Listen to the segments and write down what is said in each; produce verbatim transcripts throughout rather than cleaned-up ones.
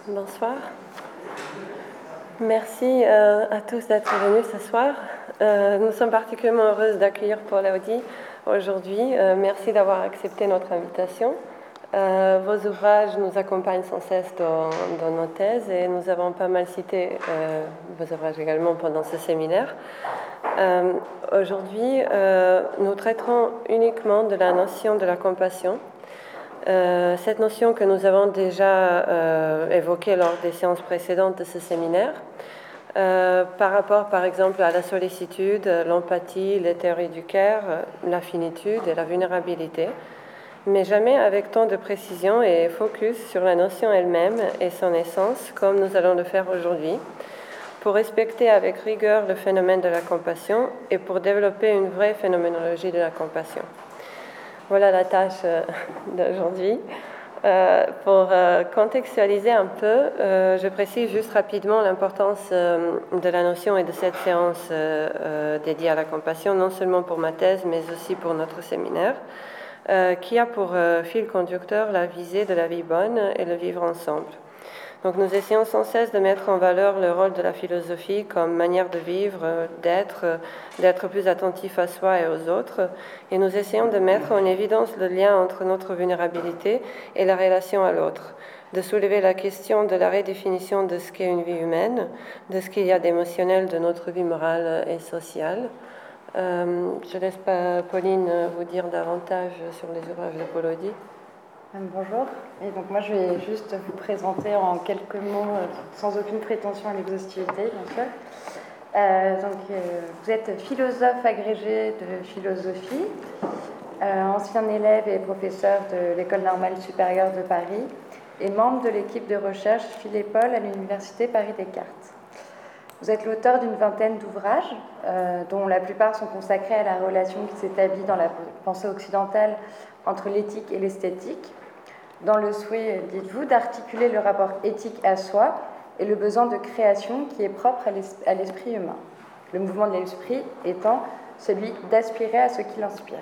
Bonsoir. Merci euh, à tous d'être venus ce soir. Euh, nous sommes particulièrement heureuses d'accueillir Paul Audi aujourd'hui. Euh, merci d'avoir accepté notre invitation. Euh, vos ouvrages nous accompagnent sans cesse dans, dans nos thèses et nous avons pas mal cité euh, vos ouvrages également pendant ce séminaire. Euh, aujourd'hui, euh, nous traiterons uniquement de la notion de la compassion. Euh, cette notion que nous avons déjà euh, évoquée lors des séances précédentes de ce séminaire, euh, par rapport par exemple à la sollicitude, l'empathie, les théories du cœur, la finitude et la vulnérabilité, mais jamais avec tant de précision et focus sur la notion elle-même et son essence, comme nous allons le faire aujourd'hui, pour respecter avec rigueur le phénomène de la compassion et pour développer une vraie phénoménologie de la compassion. Voilà la tâche d'aujourd'hui. Euh, pour euh, contextualiser un peu, euh, je précise juste rapidement l'importance euh, de la notion et de cette séance euh, euh, dédiée à la compassion, non seulement pour ma thèse, mais aussi pour notre séminaire, euh, qui a pour euh, fil conducteur la visée de la vie bonne et le vivre ensemble. Donc nous essayons sans cesse de mettre en valeur le rôle de la philosophie comme manière de vivre, d'être, d'être plus attentif à soi et aux autres, et nous essayons de mettre en évidence le lien entre notre vulnérabilité et la relation à l'autre, de soulever la question de la redéfinition de ce qu'est une vie humaine, de ce qu'il y a d'émotionnel de notre vie morale et sociale. Euh, je laisse Pauline vous dire davantage sur les ouvrages de Paul Audi. Bonjour, et donc moi je vais juste vous présenter en quelques mots, euh, sans aucune prétention à l'exhaustivité bien sûr. Euh, donc, euh, vous êtes philosophe agrégé de philosophie, euh, ancien élève et professeur de l'École normale supérieure de Paris et membre de l'équipe de recherche Philépol à l'Université Paris-Descartes. Vous êtes l'auteur d'une vingtaine d'ouvrages, euh, dont la plupart sont consacrés à la relation qui s'établit dans la pensée occidentale entre l'éthique et l'esthétique, dans le souhait, dites-vous, d'articuler le rapport éthique à soi et le besoin de création qui est propre à l'esprit humain. Le mouvement de l'esprit étant celui d'aspirer à ce qui l'inspire.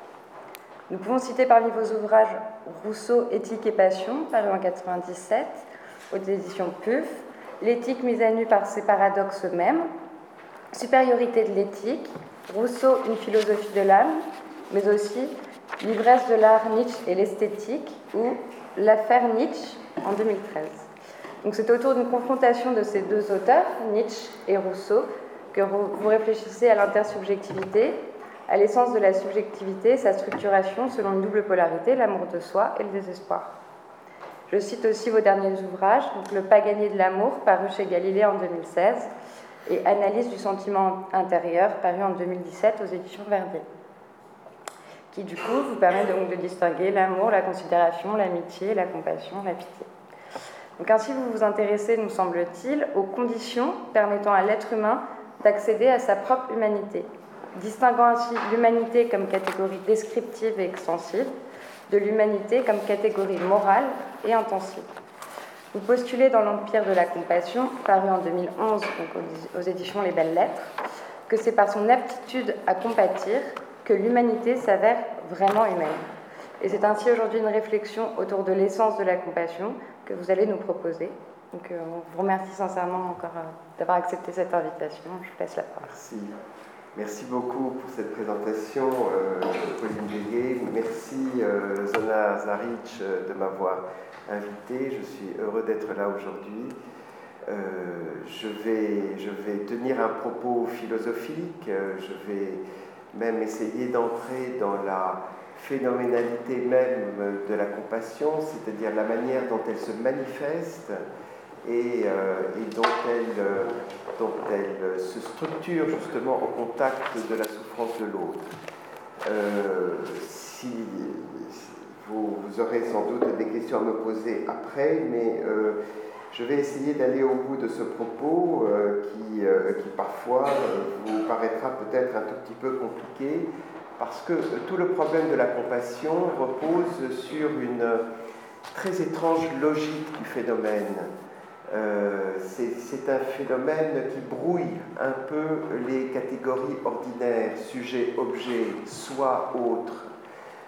Nous pouvons citer parmi vos ouvrages Rousseau, Éthique et Passion, paru en mille neuf cent quatre-vingt-dix-sept, aux éditions P U F, L'éthique mise à nu par ses paradoxes mêmes, Supériorité de l'éthique, Rousseau, une philosophie de l'âme, mais aussi L'ivresse de l'art, Nietzsche et l'esthétique, ou L'affaire Nietzsche en deux mille treize. Donc c'est autour d'une confrontation de ces deux auteurs, Nietzsche et Rousseau, que vous réfléchissez à l'intersubjectivité, à l'essence de la subjectivité, sa structuration selon une double polarité, l'amour de soi et le désespoir. Je cite aussi vos derniers ouvrages, donc Le pas gagné de l'amour, paru chez Galilée en deux mille seize, et Analyse du sentiment intérieur, paru en deux mille dix-sept aux éditions Verdier, qui du coup vous permet donc de distinguer l'amour, la considération, l'amitié, la compassion, la pitié. Donc ainsi vous vous intéressez, nous semble-t-il, aux conditions permettant à l'être humain d'accéder à sa propre humanité, distinguant ainsi l'humanité comme catégorie descriptive et extensive de l'humanité comme catégorie morale et intensive. Vous postulez dans l'Empire de la compassion, paru en deux mille onze donc aux éditions Les Belles Lettres, que c'est par son aptitude à compatir que l'humanité s'avère vraiment humaine. Et c'est ainsi aujourd'hui une réflexion autour de l'essence de la compassion que vous allez nous proposer. Donc euh, on vous remercie sincèrement encore euh, d'avoir accepté cette invitation. Je vous laisse la parole. Merci. Merci beaucoup pour cette présentation, euh, Pauline Béguet. Merci euh, Zona Zaric de m'avoir invité. Je suis heureux d'être là aujourd'hui. Euh, je, vais, je vais tenir un propos philosophique. Je vais même essayer d'entrer dans la phénoménalité même de la compassion, c'est-à-dire la manière dont elle se manifeste et, euh, et dont, elle, euh, dont elle se structure justement au contact de la souffrance de l'autre. Euh, si, vous, vous aurez sans doute des questions à me poser après, mais euh, je vais essayer d'aller au bout de ce propos euh, qui, euh, qui parfois euh, vous paraîtra peut-être un tout petit peu compliqué, parce que tout le problème de la compassion repose sur une très étrange logique du phénomène. Euh, c'est, c'est un phénomène qui brouille un peu les catégories ordinaires, sujet, objet, soi, autre,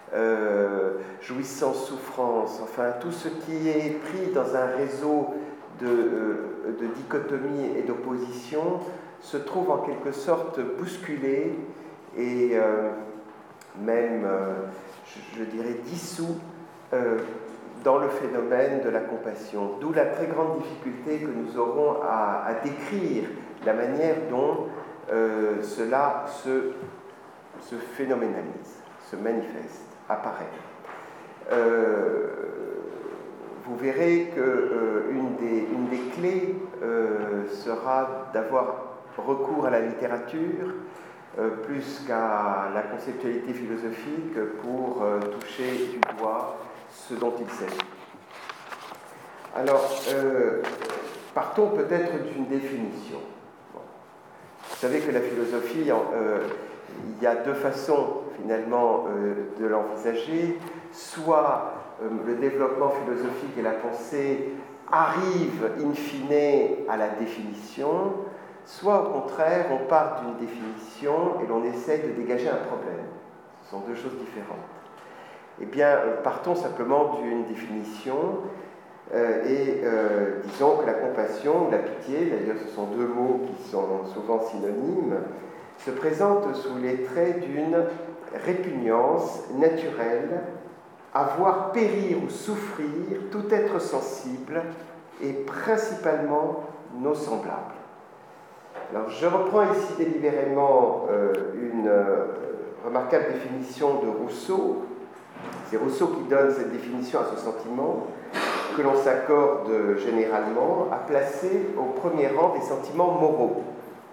euh, jouissance, souffrance, enfin tout ce qui est pris dans un réseau de, euh, de dichotomie et d'opposition se trouve en quelque sorte bousculé et euh, même, euh, je, je dirais, dissous euh, dans le phénomène de la compassion. D'où la très grande difficulté que nous aurons à, à décrire la manière dont euh, cela se, se phénoménalise, se manifeste, apparaît. Euh, vous verrez qu'une euh, des, une des clés euh, sera d'avoir recours à la littérature euh, plus qu'à la conceptualité philosophique pour euh, toucher du doigt ce dont il s'agit. Alors, euh, partons peut-être d'une définition. Bon. Vous savez que la philosophie, euh, il y a deux façons finalement euh, de l'envisager. Soit euh, le développement philosophique et la pensée arrivent in fine à la définition, soit au contraire on part d'une définition et l'on essaie de dégager un problème. Ce sont deux choses différentes. Eh bien, euh, partons simplement d'une définition euh, et euh, disons que la compassion ou la pitié, d'ailleurs ce sont deux mots qui sont souvent synonymes, se présente sous les traits d'une répugnance naturelle à voir périr ou souffrir tout être sensible et principalement nos semblables. Alors, je reprends ici délibérément euh, une euh, remarquable définition de Rousseau. C'est Rousseau qui donne cette définition à ce sentiment que l'on s'accorde généralement à placer au premier rang des sentiments moraux.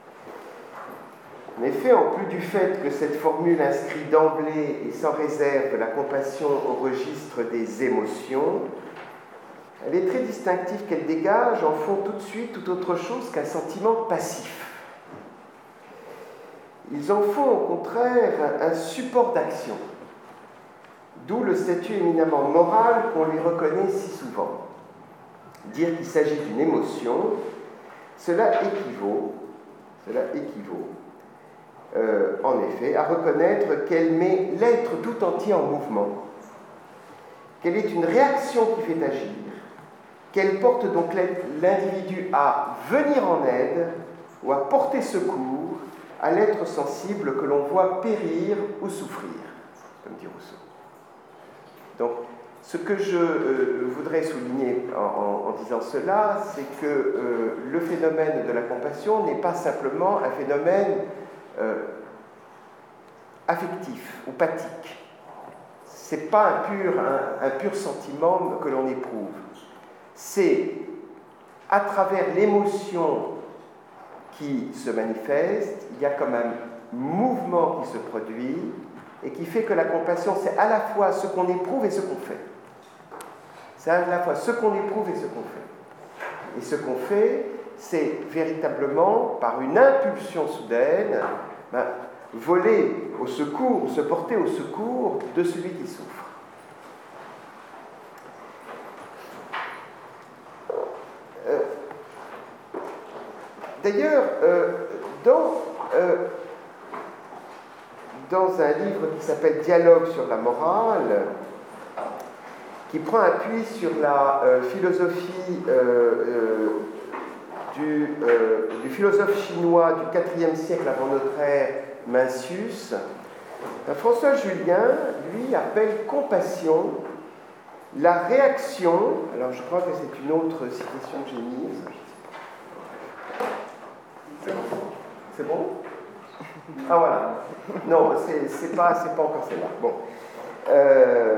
En effet, en plus du fait que cette formule inscrit d'emblée et sans réserve la compassion au registre des émotions, elle est très distinctive qu'elle dégage en font tout de suite tout autre chose qu'un sentiment passif. Ils en font au contraire un support d'action, d'où le statut éminemment moral qu'on lui reconnaît si souvent. Dire qu'il s'agit d'une émotion, cela équivaut, cela équivaut Euh, en effet, à reconnaître qu'elle met l'être tout entier en mouvement, qu'elle est une réaction qui fait agir, qu'elle porte donc l'individu à venir en aide ou à porter secours à l'être sensible que l'on voit périr ou souffrir, comme dit Rousseau. Donc, ce que je euh, voudrais souligner en, en, en disant cela, c'est que euh, le phénomène de la compassion n'est pas simplement un phénomène Euh, affectif ou pathique. Ce n'est pas un pur, un, un pur sentiment que l'on éprouve. C'est à travers l'émotion qui se manifeste, il y a comme un mouvement qui se produit et qui fait que la compassion, c'est à la fois ce qu'on éprouve et ce qu'on fait. C'est à la fois ce qu'on éprouve et ce qu'on fait. Et ce qu'on fait, c'est véritablement, par une impulsion soudaine, ben, voler au secours, se porter au secours de celui qui souffre. Euh, D'ailleurs, euh, dans, euh, dans un livre qui s'appelle « Dialogue sur la morale », qui prend appui sur la euh, philosophie euh, euh, Du, euh, du philosophe chinois du quatrième siècle avant notre ère, Mencius, François Julien, lui, appelle compassion la réaction, alors je crois que c'est une autre citation que j'ai mise, c'est bon, c'est bon Ah voilà, non, c'est, c'est, pas, c'est pas encore celle-là, bon. Euh,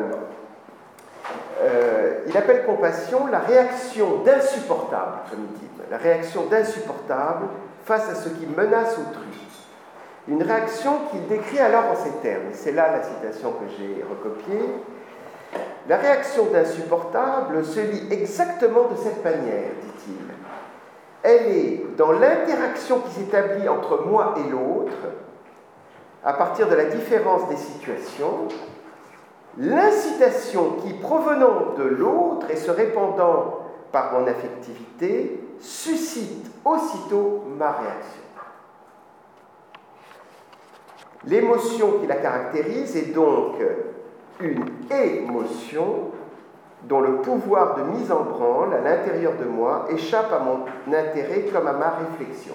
Euh, il appelle compassion la réaction d'insupportable, comme il dit, la réaction d'insupportable face à ce qui menace autrui. Une réaction qu'il décrit alors en ces termes, et c'est là la citation que j'ai recopiée. La réaction d'insupportable se lit exactement de cette manière, dit-il. Elle est dans l'interaction qui s'établit entre moi et l'autre, à partir de la différence des situations, l'incitation qui, provenant de l'autre et se répandant par mon affectivité, suscite aussitôt ma réaction. L'émotion qui la caractérise est donc une émotion dont le pouvoir de mise en branle à l'intérieur de moi échappe à mon intérêt comme à ma réflexion.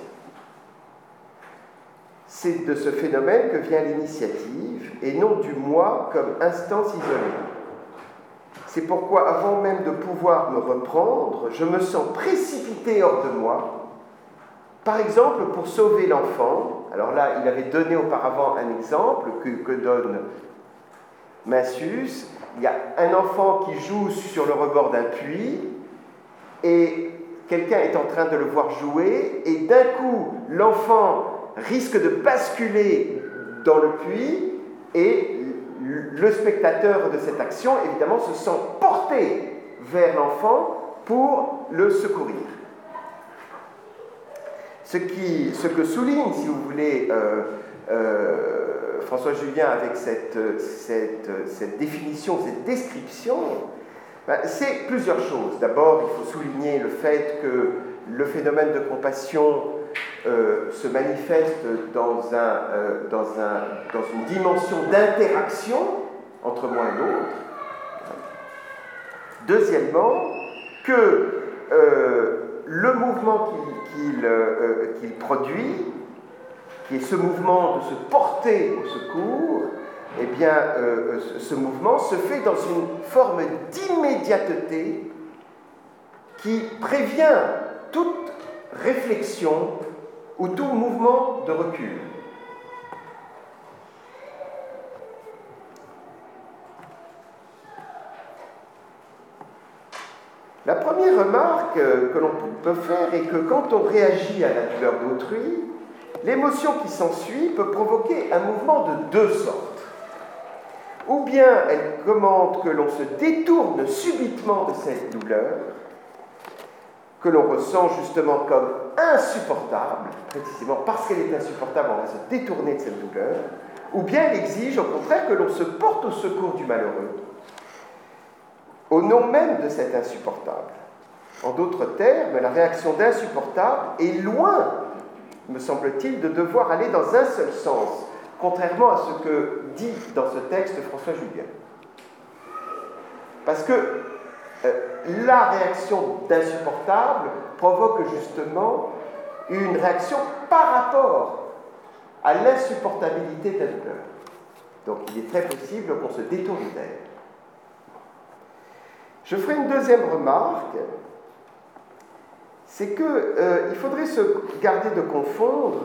C'est de ce phénomène que vient l'initiative, et non du moi comme instance isolée. C'est pourquoi, avant même de pouvoir me reprendre, je me sens précipité hors de moi, par exemple pour sauver l'enfant. Alors là, il avait donné auparavant un exemple que, que donne Mencius. Il y a un enfant qui joue sur le rebord d'un puits, et quelqu'un est en train de le voir jouer, et d'un coup, l'enfant risque de basculer dans le puits, et le spectateur de cette action, évidemment, se sent porté vers l'enfant pour le secourir. Ce, qui, ce que souligne, si vous voulez, euh, euh, François Julien avec cette, cette, cette définition, cette description, ben, c'est plusieurs choses. D'abord, il faut souligner le fait que le phénomène de compassion euh, se manifeste dans, un, euh, dans, un, dans une dimension d'interaction entre moi et l'autre. Deuxièmement, que euh, le mouvement qu'il, qu'il, euh, qu'il produit, qui est ce mouvement de se porter au secours, eh bien, euh, ce mouvement se fait dans une forme d'immédiateté qui prévient toute réflexion ou tout mouvement de recul. La première remarque que l'on peut faire est que quand on réagit à la douleur d'autrui, l'émotion qui s'ensuit peut provoquer un mouvement de deux sortes. Ou bien elle commande que l'on se détourne subitement de cette douleur, que l'on ressent justement comme insupportable, précisément parce qu'elle est insupportable, on va se détourner de cette douleur, ou bien elle exige au contraire que l'on se porte au secours du malheureux, au nom même de cet insupportable. En d'autres termes, la réaction d'insupportable est loin, me semble-t-il, de devoir aller dans un seul sens, contrairement à ce que dit dans ce texte François Julien. Parce que euh, la réaction d'insupportable provoque justement une réaction par rapport à l'insupportabilité de la douleur. Donc il est très possible qu'on se détourne d'elle. Je ferai une deuxième remarque, c'est qu'il euh, faudrait se garder de confondre,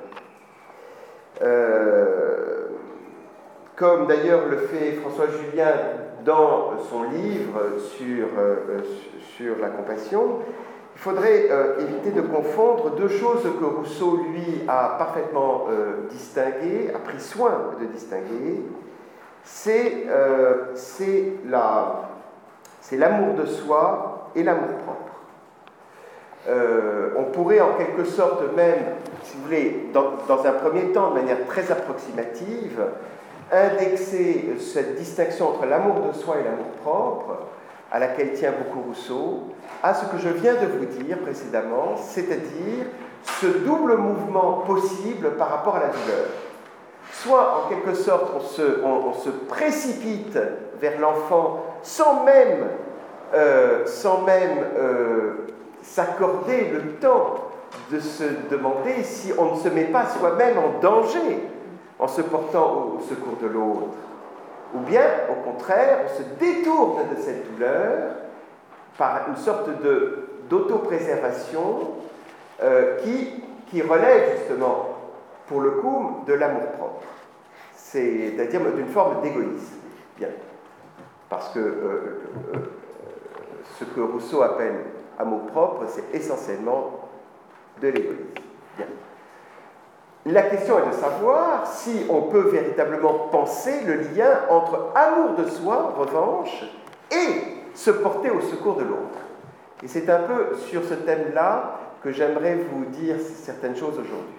euh, comme d'ailleurs le fait François Julien dans son livre sur, euh, sur la compassion, il faudrait euh, éviter de confondre deux choses que Rousseau, lui, a parfaitement euh, distinguées, a pris soin de distinguer. C'est euh, c'est la... C'est l'amour de soi et l'amour-propre. Euh, on pourrait en quelque sorte même, si vous voulez, dans, dans un premier temps, de manière très approximative, indexer cette distinction entre l'amour de soi et l'amour-propre, à laquelle tient beaucoup Rousseau, à ce que je viens de vous dire précédemment, c'est-à-dire ce double mouvement possible par rapport à la douleur. Soit, en quelque sorte, on se, on, on se précipite vers l'enfant sans même, euh, sans même euh, s'accorder le temps de se demander si on ne se met pas soi-même en danger en se portant au secours de l'autre. Ou bien, au contraire, on se détourne de cette douleur par une sorte de, d'autopréservation euh, qui, qui relève justement, pour le coup, de l'amour-propre. C'est-à-dire d'une forme d'égoïsme. Bien. Parce que euh, euh, ce que Rousseau appelle amour-propre, c'est essentiellement de l'égoïsme. Bien. La question est de savoir si on peut véritablement penser le lien entre amour de soi, en revanche, et se porter au secours de l'autre. Et c'est un peu sur ce thème-là que j'aimerais vous dire certaines choses aujourd'hui.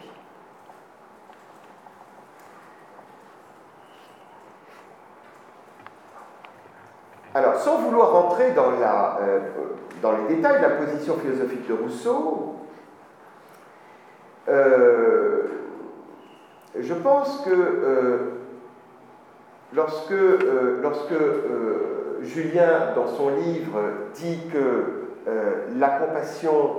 Alors, sans vouloir rentrer dans, la, euh, dans les détails de la position philosophique de Rousseau, euh, je pense que euh, lorsque, euh, lorsque euh, Julien, dans son livre, dit que euh, la compassion,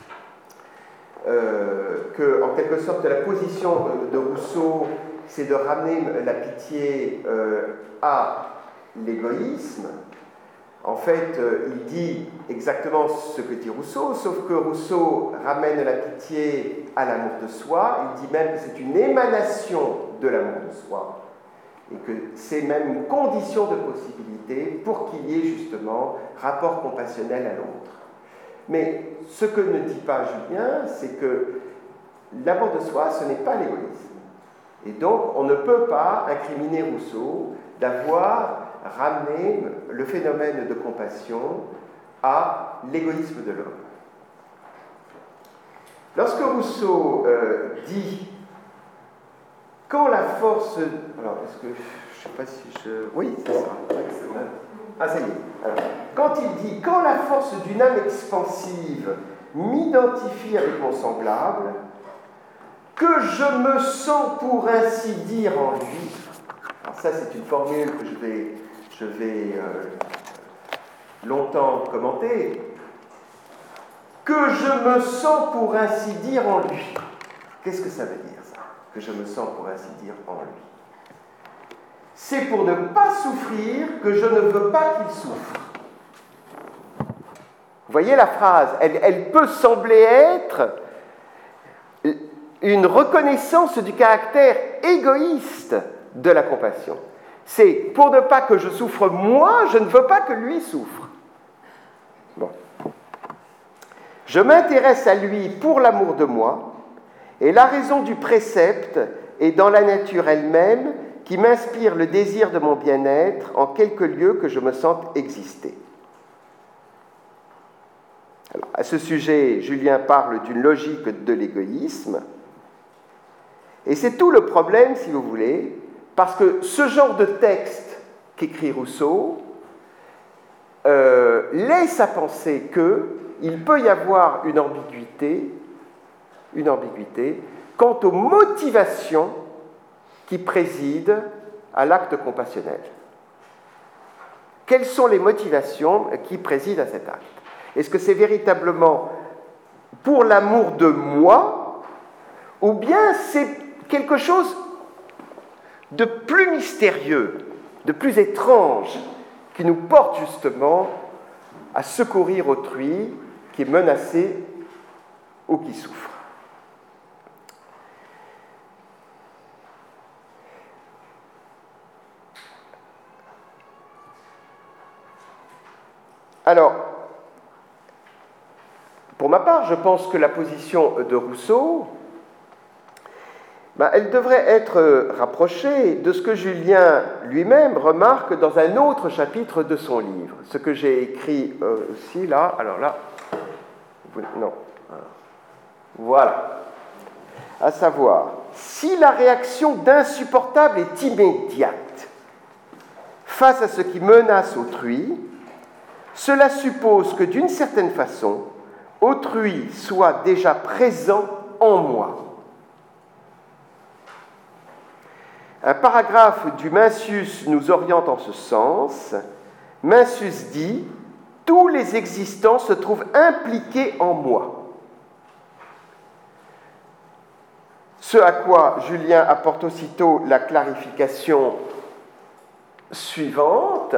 euh, que en quelque sorte la position de Rousseau, c'est de ramener la pitié euh, à l'égoïsme. En fait, euh, il dit exactement ce que dit Rousseau, sauf que Rousseau ramène la pitié à l'amour de soi. Il dit même que c'est une émanation de l'amour de soi et que c'est même une condition de possibilité pour qu'il y ait justement rapport compassionnel à l'autre. Mais ce que ne dit pas Julien, c'est que l'amour de soi, ce n'est pas l'égoïsme. Et donc, on ne peut pas incriminer Rousseau d'avoir ramené le phénomène de compassion à l'égoïsme de l'homme. Lorsque Rousseau euh, dit « Quand la force... » Alors, est-ce que... Je ne sais pas si je... Oui, c'est ça. Ah, ça y est. Alors, quand il dit « Quand la force d'une âme expansive m'identifie avec mon semblable, que je me sens pour ainsi dire en lui... » Alors ça, c'est une formule que je vais, je vais euh, longtemps commenter. Que je me sens pour ainsi dire en lui. Qu'est-ce que ça veut dire, ça? Que je me sens pour ainsi dire en lui. C'est pour ne pas souffrir que je ne veux pas qu'il souffre. Vous voyez la phrase, elle, elle peut sembler être une reconnaissance du caractère égoïste de la compassion. C'est pour ne pas que je souffre moi, je ne veux pas que lui souffre. Bon. Je m'intéresse à lui pour l'amour de moi, et la raison du précepte est dans la nature elle-même qui m'inspire le désir de mon bien-être en quelque lieu que je me sente exister. Alors, à ce sujet, Julien parle d'une logique de l'égoïsme, et c'est tout le problème, si vous voulez, parce que ce genre de texte qu'écrit Rousseau euh, laisse à penser qu'il peut y avoir une ambiguïté, une ambiguïté quant aux motivations qui président à l'acte compassionnel. Quelles sont les motivations qui président à cet acte? Est-ce que c'est véritablement pour l'amour de moi, ou bien c'est quelque chose de plus mystérieux, de plus étrange, qui nous porte justement à secourir autrui qui est menacé ou qui souffre. Alors, pour ma part, je pense que la position de Rousseau, ben, elle devrait être rapprochée de ce que Julien lui-même remarque dans un autre chapitre de son livre. Ce que j'ai écrit euh, aussi là, alors là, non, voilà. À savoir, si la réaction d'insupportable est immédiate face à ce qui menace autrui, cela suppose que d'une certaine façon, autrui soit déjà présent en moi. Un paragraphe du Mencius nous oriente en ce sens. Mencius dit « Tous les existants se trouvent impliqués en moi ». Ce à quoi Julien apporte aussitôt la clarification suivante.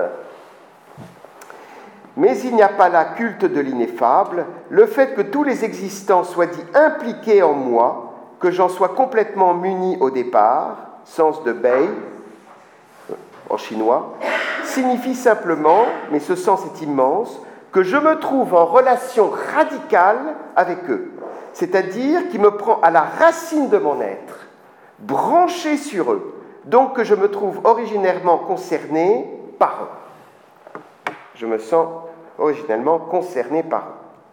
Mais il n'y a pas là culte de l'ineffable, le fait que tous les existants soient dits impliqués en moi, que j'en sois complètement muni au départ, sens de Bei, en chinois, signifie simplement, mais ce sens est immense, que je me trouve en relation radicale avec eux, c'est-à-dire qui me prend à la racine de mon être, branché sur eux, donc que je me trouve originairement concerné par eux. Je me sens originellement concerné par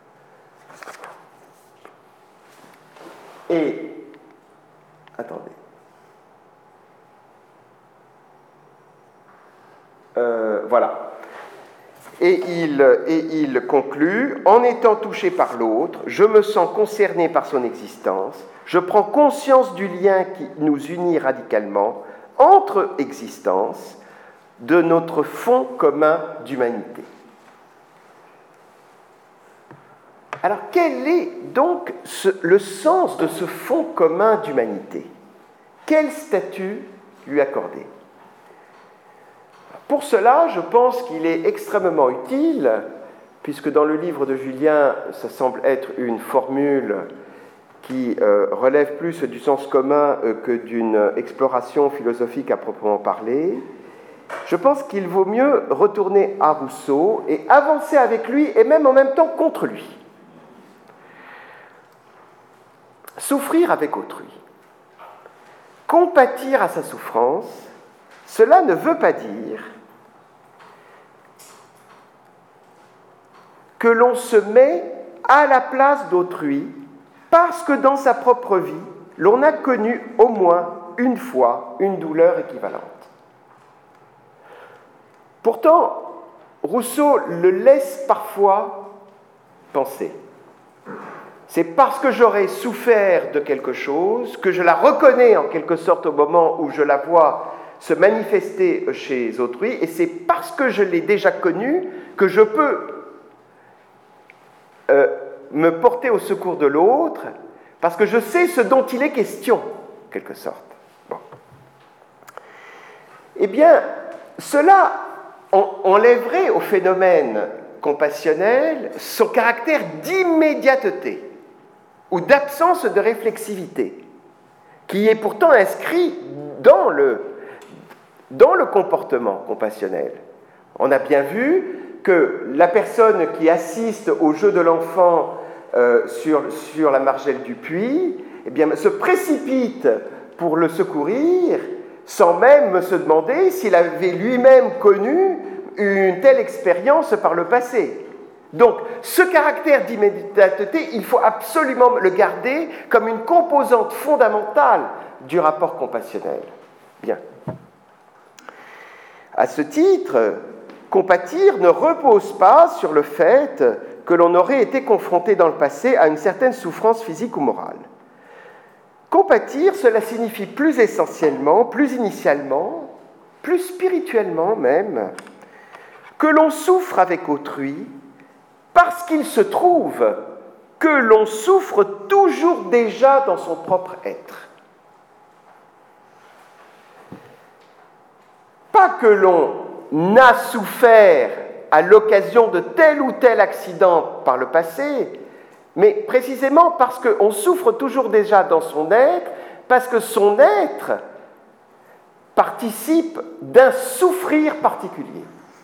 eux. Et, attendez. Euh, voilà. Et il, et il conclut, en étant touché par l'autre, je me sens concerné par son existence, je prends conscience du lien qui nous unit radicalement entre existences, de notre fond commun d'humanité. Alors, quel est donc ce, le sens de ce fond commun d'humanité? Quel statut lui accorder? Pour cela, je pense qu'il est extrêmement utile, puisque dans le livre de Julien, ça semble être une formule qui euh, relève plus du sens commun euh, que d'une exploration philosophique à proprement parler, je pense qu'il vaut mieux retourner à Rousseau et avancer avec lui et même en même temps contre lui. Souffrir avec autrui, compatir à sa souffrance, cela ne veut pas dire que l'on se met à la place d'autrui parce que dans sa propre vie, l'on a connu au moins une fois une douleur équivalente. Pourtant, Rousseau le laisse parfois penser. C'est parce que j'aurais souffert de quelque chose, que je la reconnais en quelque sorte au moment où je la vois se manifester chez autrui, et c'est parce que je l'ai déjà connue que je peux euh, me porter au secours de l'autre, parce que je sais ce dont il est question, en quelque sorte. Bon. Eh bien, cela enlèverait au phénomène compassionnel son caractère d'immédiateté ou d'absence de réflexivité, qui est pourtant inscrit dans le, dans le comportement compassionnel. On a bien vu que la personne qui assiste au jeu de l'enfant euh, sur, sur la margelle du puits, eh bien, se précipite pour le secourir, sans même se demander s'il avait lui-même connu une telle expérience par le passé. Donc, ce caractère d'immédiateté, il faut absolument le garder comme une composante fondamentale du rapport compassionnel. Bien. À ce titre, compatir ne repose pas sur le fait que l'on aurait été confronté dans le passé à une certaine souffrance physique ou morale. Compatir, cela signifie plus essentiellement, plus initialement, plus spirituellement même, que l'on souffre avec autrui parce qu'il se trouve que l'on souffre toujours déjà dans son propre être. Pas que l'on n'a souffert à l'occasion de tel ou tel accident par le passé, mais précisément parce qu'on souffre toujours déjà dans son être, parce que son être participe d'un souffrir particulier.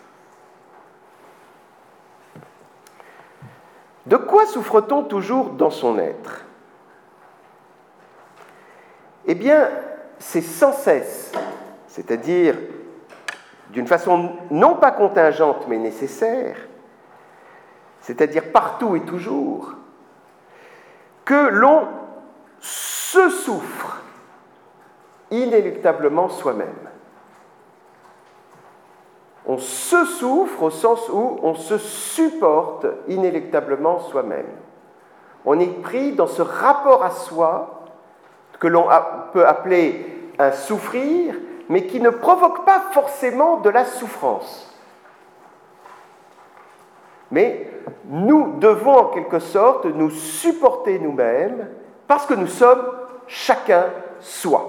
De quoi souffre-t-on toujours dans son être? Eh bien, c'est sans cesse, c'est-à-dire d'une façon non pas contingente mais nécessaire, c'est-à-dire partout et toujours, que l'on se souffre inéluctablement soi-même. On se souffre au sens où on se supporte inéluctablement soi-même. On est pris dans ce rapport à soi que l'on peut appeler un souffrir, mais qui ne provoque pas forcément de la souffrance. Mais nous devons en quelque sorte nous supporter nous-mêmes parce que nous sommes chacun soi.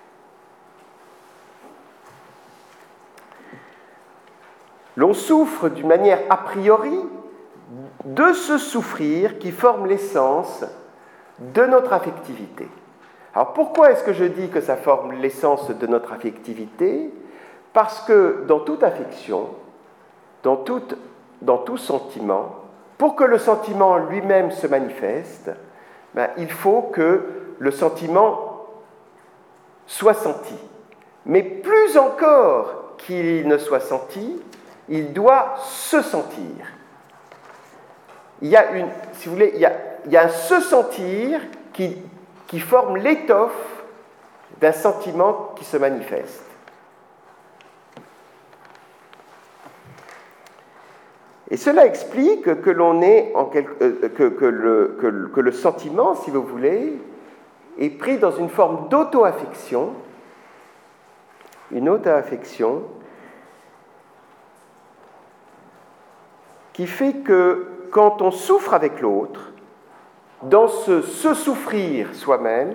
L'on souffre d'une manière a priori de ce souffrir qui forme l'essence de notre affectivité. Alors pourquoi est-ce que je dis que ça forme l'essence de notre affectivité? Parce que dans toute affection, dans, toute, dans tout sentiment, pour que le sentiment lui-même se manifeste, ben, il faut que le sentiment soit senti. Mais plus encore qu'il ne soit senti, il doit se sentir. Il y a une, si vous voulez, il y a, il y a un se sentir qui, qui forme l'étoffe d'un sentiment qui se manifeste. Et cela explique que l'on est en quelque, euh, que, que, le, que, que le sentiment, si vous voulez, est pris dans une forme d'auto-affection, une auto-affection qui fait que quand on souffre avec l'autre, dans ce se souffrir soi-même,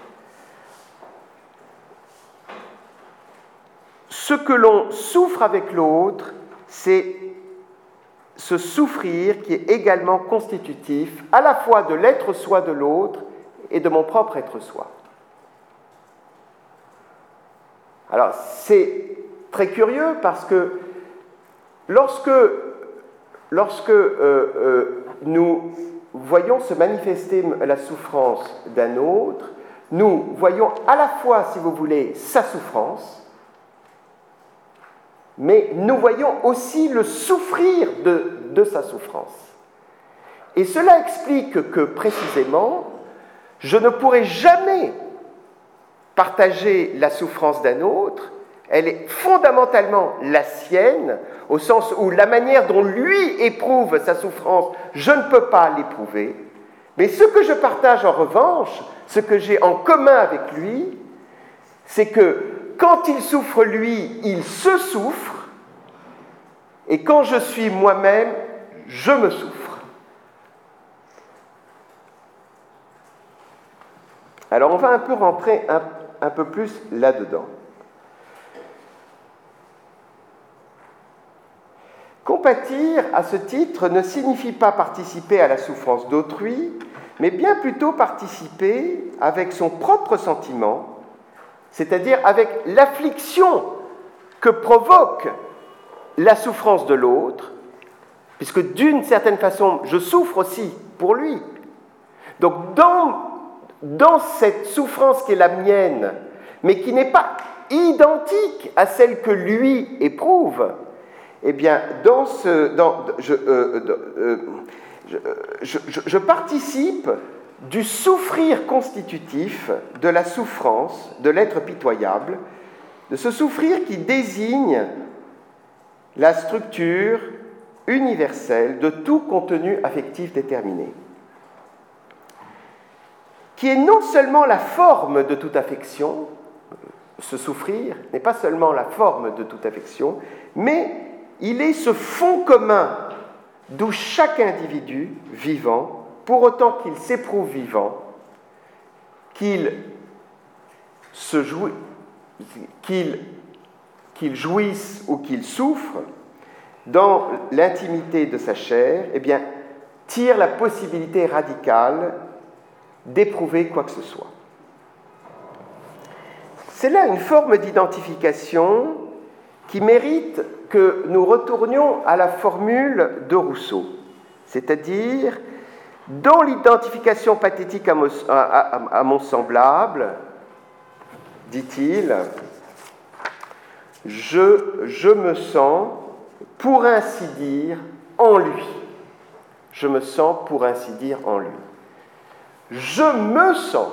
ce que l'on souffre avec l'autre, c'est ce souffrir qui est également constitutif à la fois de l'être-soi de l'autre et de mon propre être-soi. Alors, c'est très curieux parce que lorsque, lorsque euh, euh, nous voyons se manifester la souffrance d'un autre, nous voyons à la fois, si vous voulez, sa souffrance, mais nous voyons aussi le souffrir de, de sa souffrance. Et cela explique que, précisément, je ne pourrai jamais partager la souffrance d'un autre, elle est fondamentalement la sienne, au sens où la manière dont lui éprouve sa souffrance, je ne peux pas l'éprouver, mais ce que je partage en revanche, ce que j'ai en commun avec lui, c'est que quand il souffre lui, il se souffre, et quand je suis moi-même, je me souffre. Alors on va un peu rentrer un, un peu plus là-dedans. Compatir, à ce titre, ne signifie pas participer à la souffrance d'autrui, mais bien plutôt participer avec son propre sentiment, c'est-à-dire avec l'affliction que provoque la souffrance de l'autre, puisque d'une certaine façon, je souffre aussi pour lui. Donc, dans, dans cette souffrance qui est la mienne, mais qui n'est pas identique à celle que lui éprouve, eh bien, dans ce, dans, je, euh, euh, je, je, je, je participe du souffrir constitutif de la souffrance, de l'être pitoyable, de ce souffrir qui désigne la structure universelle de tout contenu affectif déterminé, qui est non seulement la forme de toute affection, ce souffrir n'est pas seulement la forme de toute affection, mais il est ce fond commun d'où chaque individu vivant, pour autant qu'il s'éprouve vivant, qu'il se jouit, qu'il, qu'il jouisse ou qu'il souffre, dans l'intimité de sa chair, eh bien, tire la possibilité radicale d'éprouver quoi que ce soit. C'est là une forme d'identification qui mérite que nous retournions à la formule de Rousseau, c'est-à-dire, dans l'identification pathétique à mon, à, à, à mon semblable, dit-il, je, je me sens, pour ainsi dire, en lui. Je me sens, pour ainsi dire, en lui. Je me sens,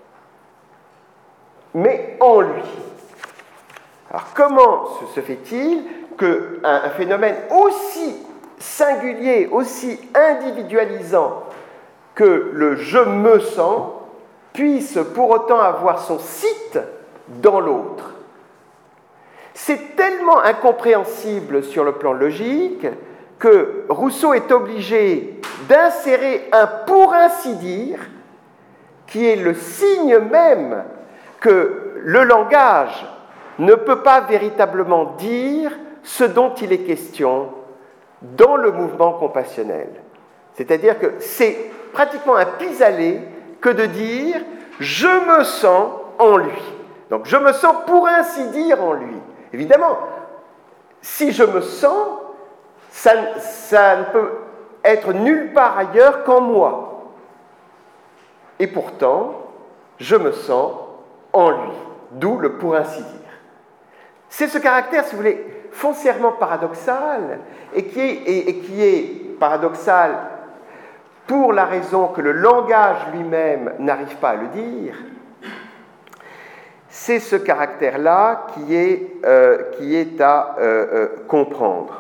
mais en lui. Alors, comment se fait-il qu'un phénomène aussi singulier, aussi individualisant que le « je me sens » puisse pour autant avoir son site dans l'autre? C'est tellement incompréhensible sur le plan logique que Rousseau est obligé d'insérer un « pour ainsi dire » qui est le signe même que le langage ne peut pas véritablement dire ce dont il est question dans le mouvement compassionnel. C'est-à-dire que c'est pratiquement un pis-aller que de dire « je me sens en lui ». Donc je me sens pour ainsi dire en lui. Évidemment, si je me sens, ça, ça ne peut être nulle part ailleurs qu'en moi. Et pourtant, je me sens en lui, d'où le pour ainsi dire. C'est ce caractère, si vous voulez, foncièrement paradoxal, et qui est, et, et qui est paradoxal pour la raison que le langage lui-même n'arrive pas à le dire. C'est ce caractère-là qui est, euh, qui est à euh, euh, comprendre.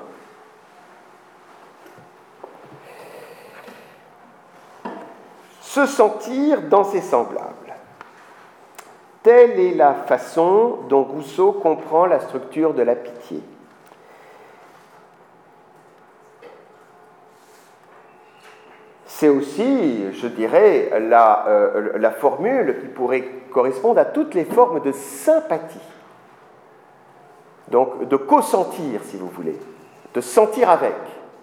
Se sentir dans ses semblables. Telle est la façon dont Rousseau comprend la structure de la pitié. c'est aussi, je dirais, la, euh, la formule qui pourrait correspondre à toutes les formes de sympathie. Donc, de co-sentir, si vous voulez, de sentir avec.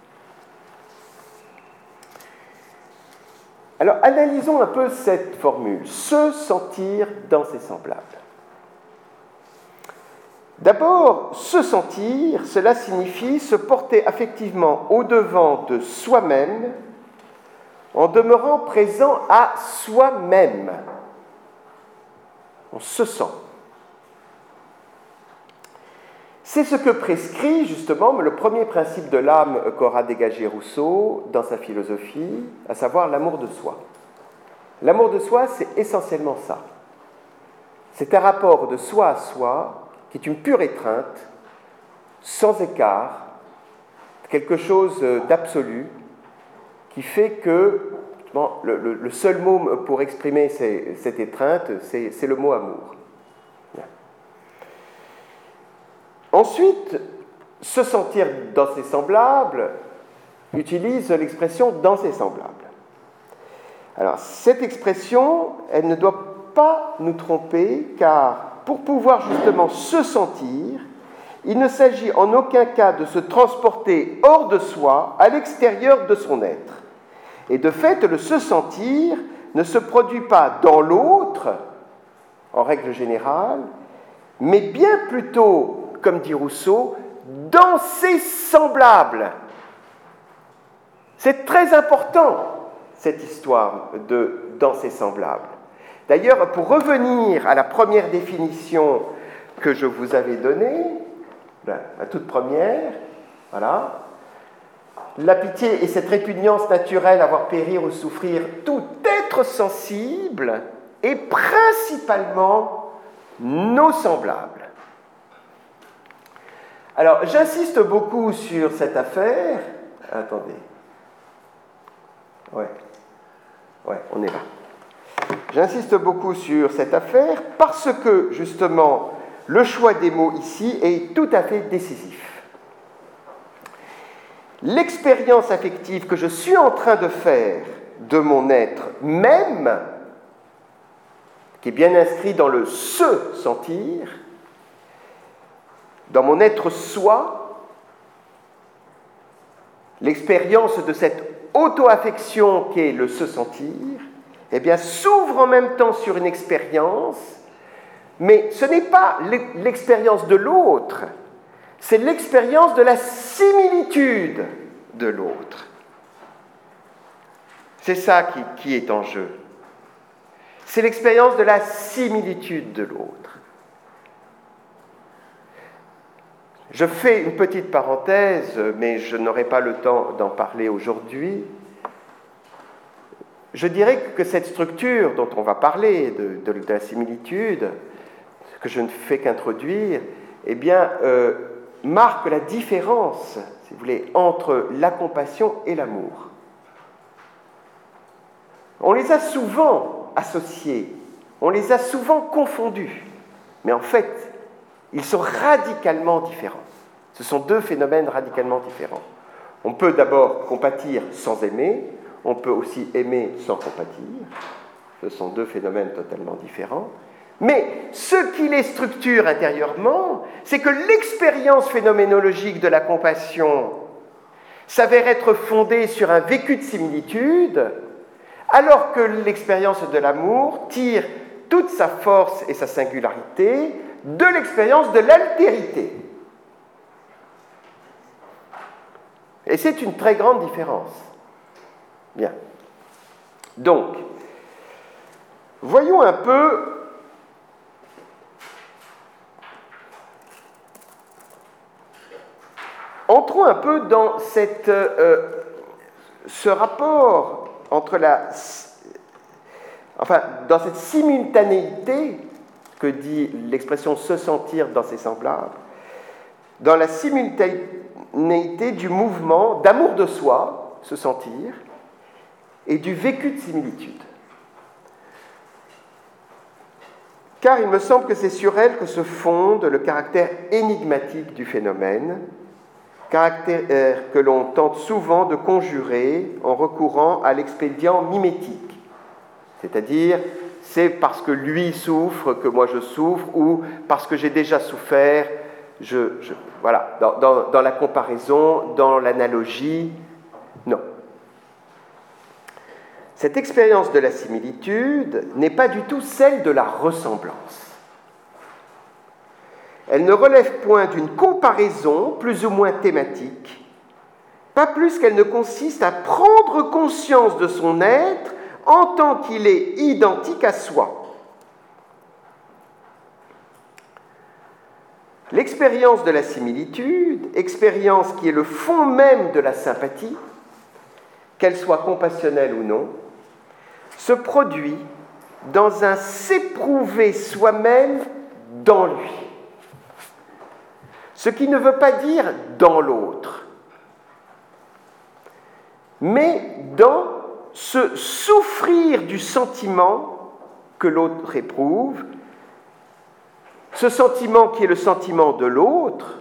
Alors, analysons un peu cette formule, se sentir dans ses semblables. D'abord, se sentir, cela signifie se porter affectivement au-devant de soi-même en demeurant présent à soi-même. On se sent. C'est ce que prescrit justement le premier principe de l'âme qu'aura dégagé Rousseau dans sa philosophie, à savoir l'amour de soi. L'amour de soi, c'est essentiellement ça. C'est un rapport de soi à soi qui est une pure étreinte, sans écart, quelque chose d'absolu, qui fait que bon, le, le, le seul mot pour exprimer ces, cette étreinte, c'est, c'est le mot amour. Bien. Ensuite, se sentir dans ses semblables utilise l'expression dans ses semblables. Alors, cette expression, elle ne doit pas nous tromper, car pour pouvoir justement se sentir, il ne s'agit en aucun cas de se transporter hors de soi, à l'extérieur de son être. Et de fait, le se sentir ne se produit pas dans l'autre, en règle générale, mais bien plutôt, comme dit Rousseau, dans ses semblables. C'est très important, cette histoire de dans ses semblables. D'ailleurs, pour revenir à la première définition que je vous avais donnée, la toute première, voilà, la pitié est cette répugnance naturelle à voir périr ou souffrir tout être sensible et principalement nos semblables. Alors, j'insiste beaucoup sur cette affaire. Attendez. Ouais. Ouais, on est là. J'insiste beaucoup sur cette affaire parce que, justement, le choix des mots ici est tout à fait décisif. L'expérience affective que je suis en train de faire de mon être même, qui est bien inscrit dans le se sentir, dans mon être soi, l'expérience de cette auto-affection qu'est le se sentir, eh bien, s'ouvre en même temps sur une expérience, mais ce n'est pas l'expérience de l'autre, c'est l'expérience de la similitude de l'autre. C'est ça qui, qui est en jeu. C'est l'expérience de la similitude de l'autre. Je fais une petite parenthèse, mais je n'aurai pas le temps d'en parler aujourd'hui. Je dirais que cette structure dont on va parler, de, de, de la similitude, que je ne fais qu'introduire, eh bien, euh, marque la différence, si vous voulez, entre la compassion et l'amour. On les a souvent associés, on les a souvent confondus, mais en fait, ils sont radicalement différents. Ce sont deux phénomènes radicalement différents. On peut d'abord compatir sans aimer, on peut aussi aimer sans compatir. Ce sont deux phénomènes totalement différents. Mais ce qui les structure intérieurement, c'est que l'expérience phénoménologique de la compassion s'avère être fondée sur un vécu de similitude, alors que l'expérience de l'amour tire toute sa force et sa singularité de l'expérience de l'altérité. Et c'est une très grande différence. Bien. Donc, voyons un peu entrons un peu dans cette, euh, ce rapport entre la, enfin, dans cette simultanéité que dit l'expression se sentir dans ses semblables, dans la simultanéité du mouvement d'amour de soi, se sentir, et du vécu de similitude. Car il me semble que c'est sur elle que se fonde le caractère énigmatique du phénomène, caractère que l'on tente souvent de conjurer en recourant à l'expédient mimétique, c'est-à-dire c'est parce que lui souffre que moi je souffre, ou parce que j'ai déjà souffert, je, je, voilà, dans, dans, dans la comparaison, dans l'analogie, non. Cette expérience de la similitude n'est pas du tout celle de la ressemblance. Elle ne relève point d'une comparaison plus ou moins thématique, pas plus qu'elle ne consiste à prendre conscience de son être en tant qu'il est identique à soi. L'expérience de la similitude, expérience qui est le fond même de la sympathie, qu'elle soit compassionnelle ou non, se produit dans un s'éprouver soi-même dans lui. Ce qui ne veut pas dire dans l'autre, mais dans ce souffrir du sentiment que l'autre éprouve, ce sentiment qui est le sentiment de l'autre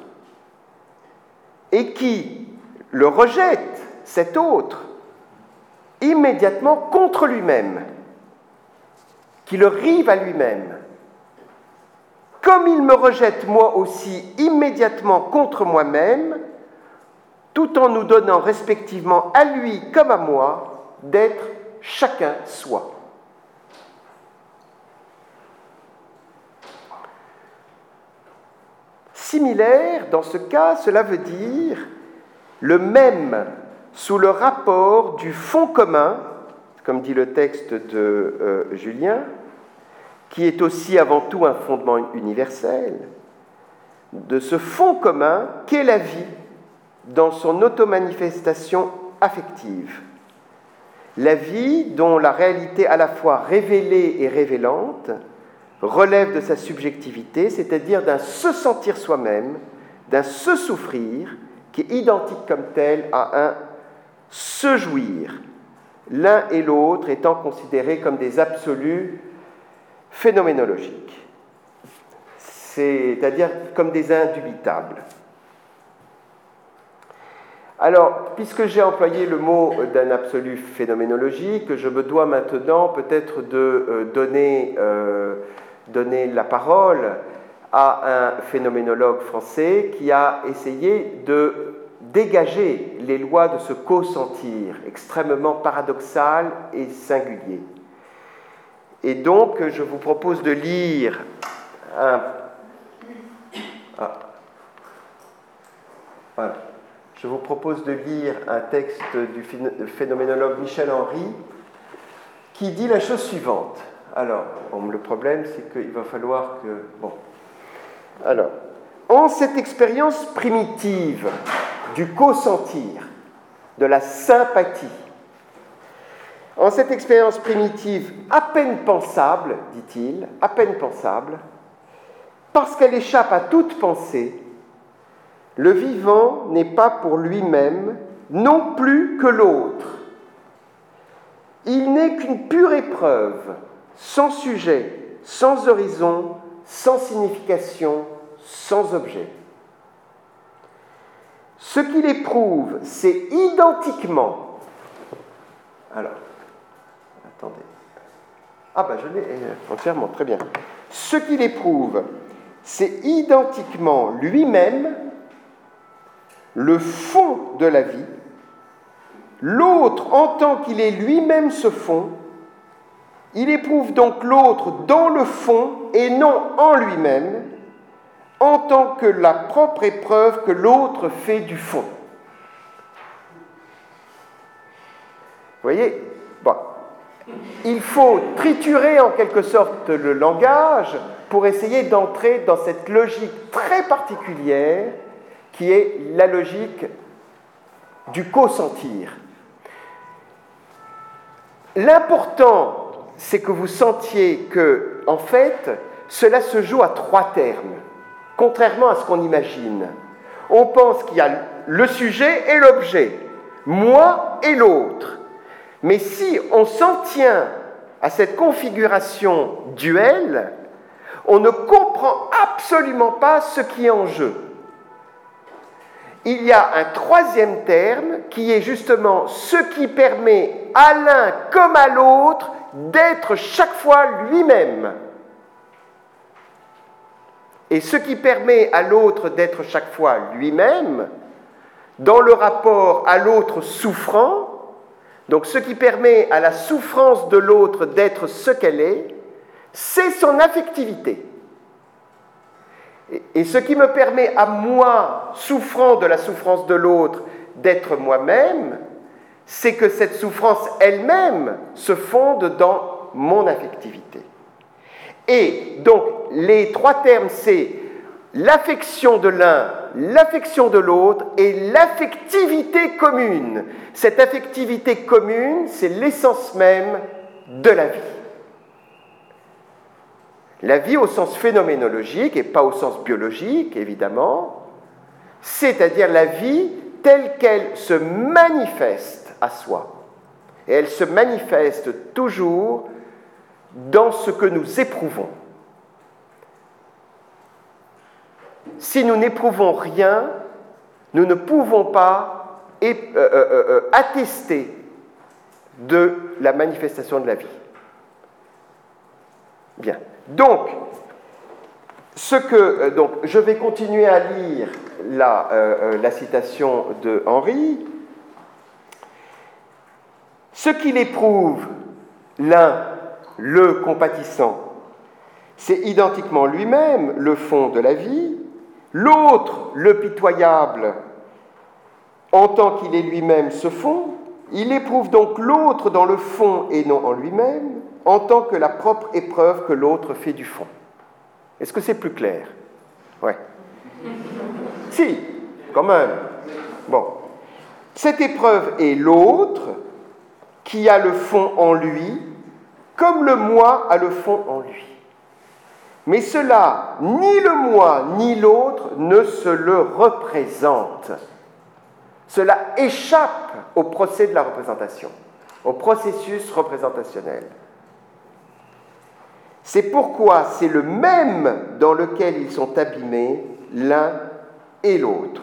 et qui le rejette, cet autre, immédiatement contre lui-même, qui le rive à lui-même. Comme il me rejette moi aussi immédiatement contre moi-même, tout en nous donnant respectivement à lui comme à moi d'être chacun soi. Similaire, dans ce cas, cela veut dire le même sous le rapport du fond commun, comme dit le texte de euh, Julien, qui est aussi avant tout un fondement universel, de ce fond commun qu'est la vie dans son automanifestation affective. La vie dont la réalité à la fois révélée et révélante relève de sa subjectivité, c'est-à-dire d'un se sentir soi-même, d'un se souffrir, qui est identique comme tel à un se jouir, l'un et l'autre étant considérés comme des absolus phénoménologiques, c'est-à-dire comme des indubitables. Alors, puisque j'ai employé le mot d'un absolu phénoménologique, je me dois maintenant peut-être de euh, donner, euh, donner la parole à un phénoménologue français qui a essayé de dégager les lois de ce co-sentir extrêmement paradoxal et singulier. Et donc, je vous propose de lire un... Ah. Voilà. Je vous propose de lire un texte du phénoménologue Michel Henry qui dit la chose suivante. Alors, bon, le problème, c'est qu'il va falloir que... Bon. Alors, en cette expérience primitive du co-sentir, de la sympathie, en cette expérience primitive à peine pensable, dit-il, à peine pensable, parce qu'elle échappe à toute pensée, le vivant n'est pas pour lui-même non plus que l'autre. Il n'est qu'une pure épreuve, sans sujet, sans horizon, sans signification, sans objet. Ce qu'il éprouve, c'est identiquement... Alors, attendez. Ah ben je l'ai entièrement, très bien. Ce qu'il éprouve, c'est identiquement lui-même le fond de la vie, l'autre en tant qu'il est lui-même ce fond, il éprouve donc l'autre dans le fond et non en lui-même, en tant que la propre épreuve que l'autre fait du fond. Vous voyez, bon, il faut triturer en quelque sorte le langage pour essayer d'entrer dans cette logique très particulière qui est la logique du co-sentir. L'important, c'est que vous sentiez que, en fait, cela se joue à trois termes, contrairement à ce qu'on imagine. On pense qu'il y a le sujet et l'objet, moi et l'autre. Mais si on s'en tient à cette configuration duelle, on ne comprend absolument pas ce qui est en jeu. il y a un troisième terme qui est justement ce qui permet à l'un comme à l'autre d'être chaque fois lui-même. Et ce qui permet à l'autre d'être chaque fois lui-même, dans le rapport à l'autre souffrant, donc ce qui permet à la souffrance de l'autre d'être ce qu'elle est, c'est son affectivité. Et ce qui me permet à moi, souffrant de la souffrance de l'autre, d'être moi-même, c'est que cette souffrance elle-même se fonde dans mon affectivité. Et donc, les trois termes, c'est l'affection de l'un, l'affection de l'autre et l'affectivité commune. Cette affectivité commune, c'est l'essence même de la vie. La vie au sens phénoménologique et pas au sens biologique, évidemment, c'est-à-dire la vie telle qu'elle se manifeste à soi. Et elle se manifeste toujours dans ce que nous éprouvons. Si nous n'éprouvons rien, nous ne pouvons pas euh, euh, euh, attester de la manifestation de la vie. Bien. Donc, ce que, donc, je vais continuer à lire la, euh, la citation de Henri. Ce qu'il éprouve, l'un, le compatissant, c'est identiquement lui-même le fond de la vie, l'autre, le pitoyable, en tant qu'il est lui-même ce fond, il éprouve donc l'autre dans le fond et non en lui-même, en tant que la propre épreuve que l'autre fait du fond. Est-ce que c'est plus clair? Ouais. Si, quand même. Bon. Cette épreuve est l'autre qui a le fond en lui, comme le moi a le fond en lui. Mais cela, ni le moi ni l'autre ne se le représentent. Cela échappe au procès de la représentation, au processus représentationnel. C'est pourquoi c'est le même dans lequel ils sont abîmés, l'un et l'autre.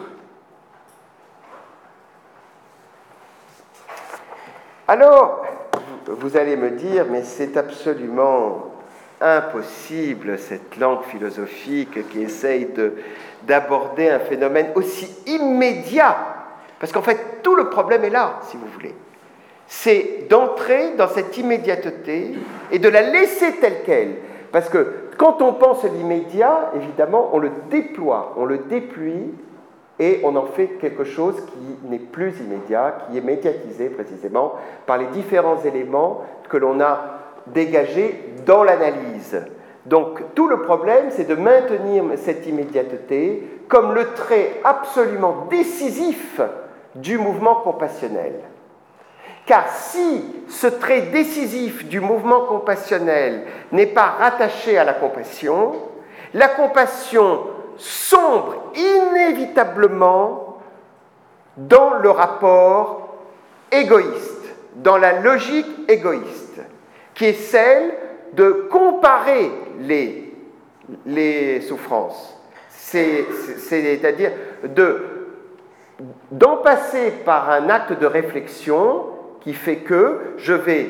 Alors, vous allez me dire, mais c'est absolument impossible, cette langue philosophique qui essaye de, d'aborder un phénomène aussi immédiat. Parce qu'en fait, tout le problème est là, si vous voulez. C'est d'entrer dans cette immédiateté et de la laisser telle qu'elle. Parce que quand on pense à l'immédiat, évidemment, on le déploie, on le déplie et on en fait quelque chose qui n'est plus immédiat, qui est médiatisé précisément par les différents éléments que l'on a dégagés dans l'analyse. Donc tout le problème, c'est de maintenir cette immédiateté comme le trait absolument décisif du mouvement compassionnel. Car si ce trait décisif du mouvement compassionnel n'est pas rattaché à la compassion, la compassion sombre inévitablement dans le rapport égoïste, dans la logique égoïste, qui est celle de comparer les, les souffrances. C'est, c'est-à-dire de, d'en passer par un acte de réflexion qui fait que je vais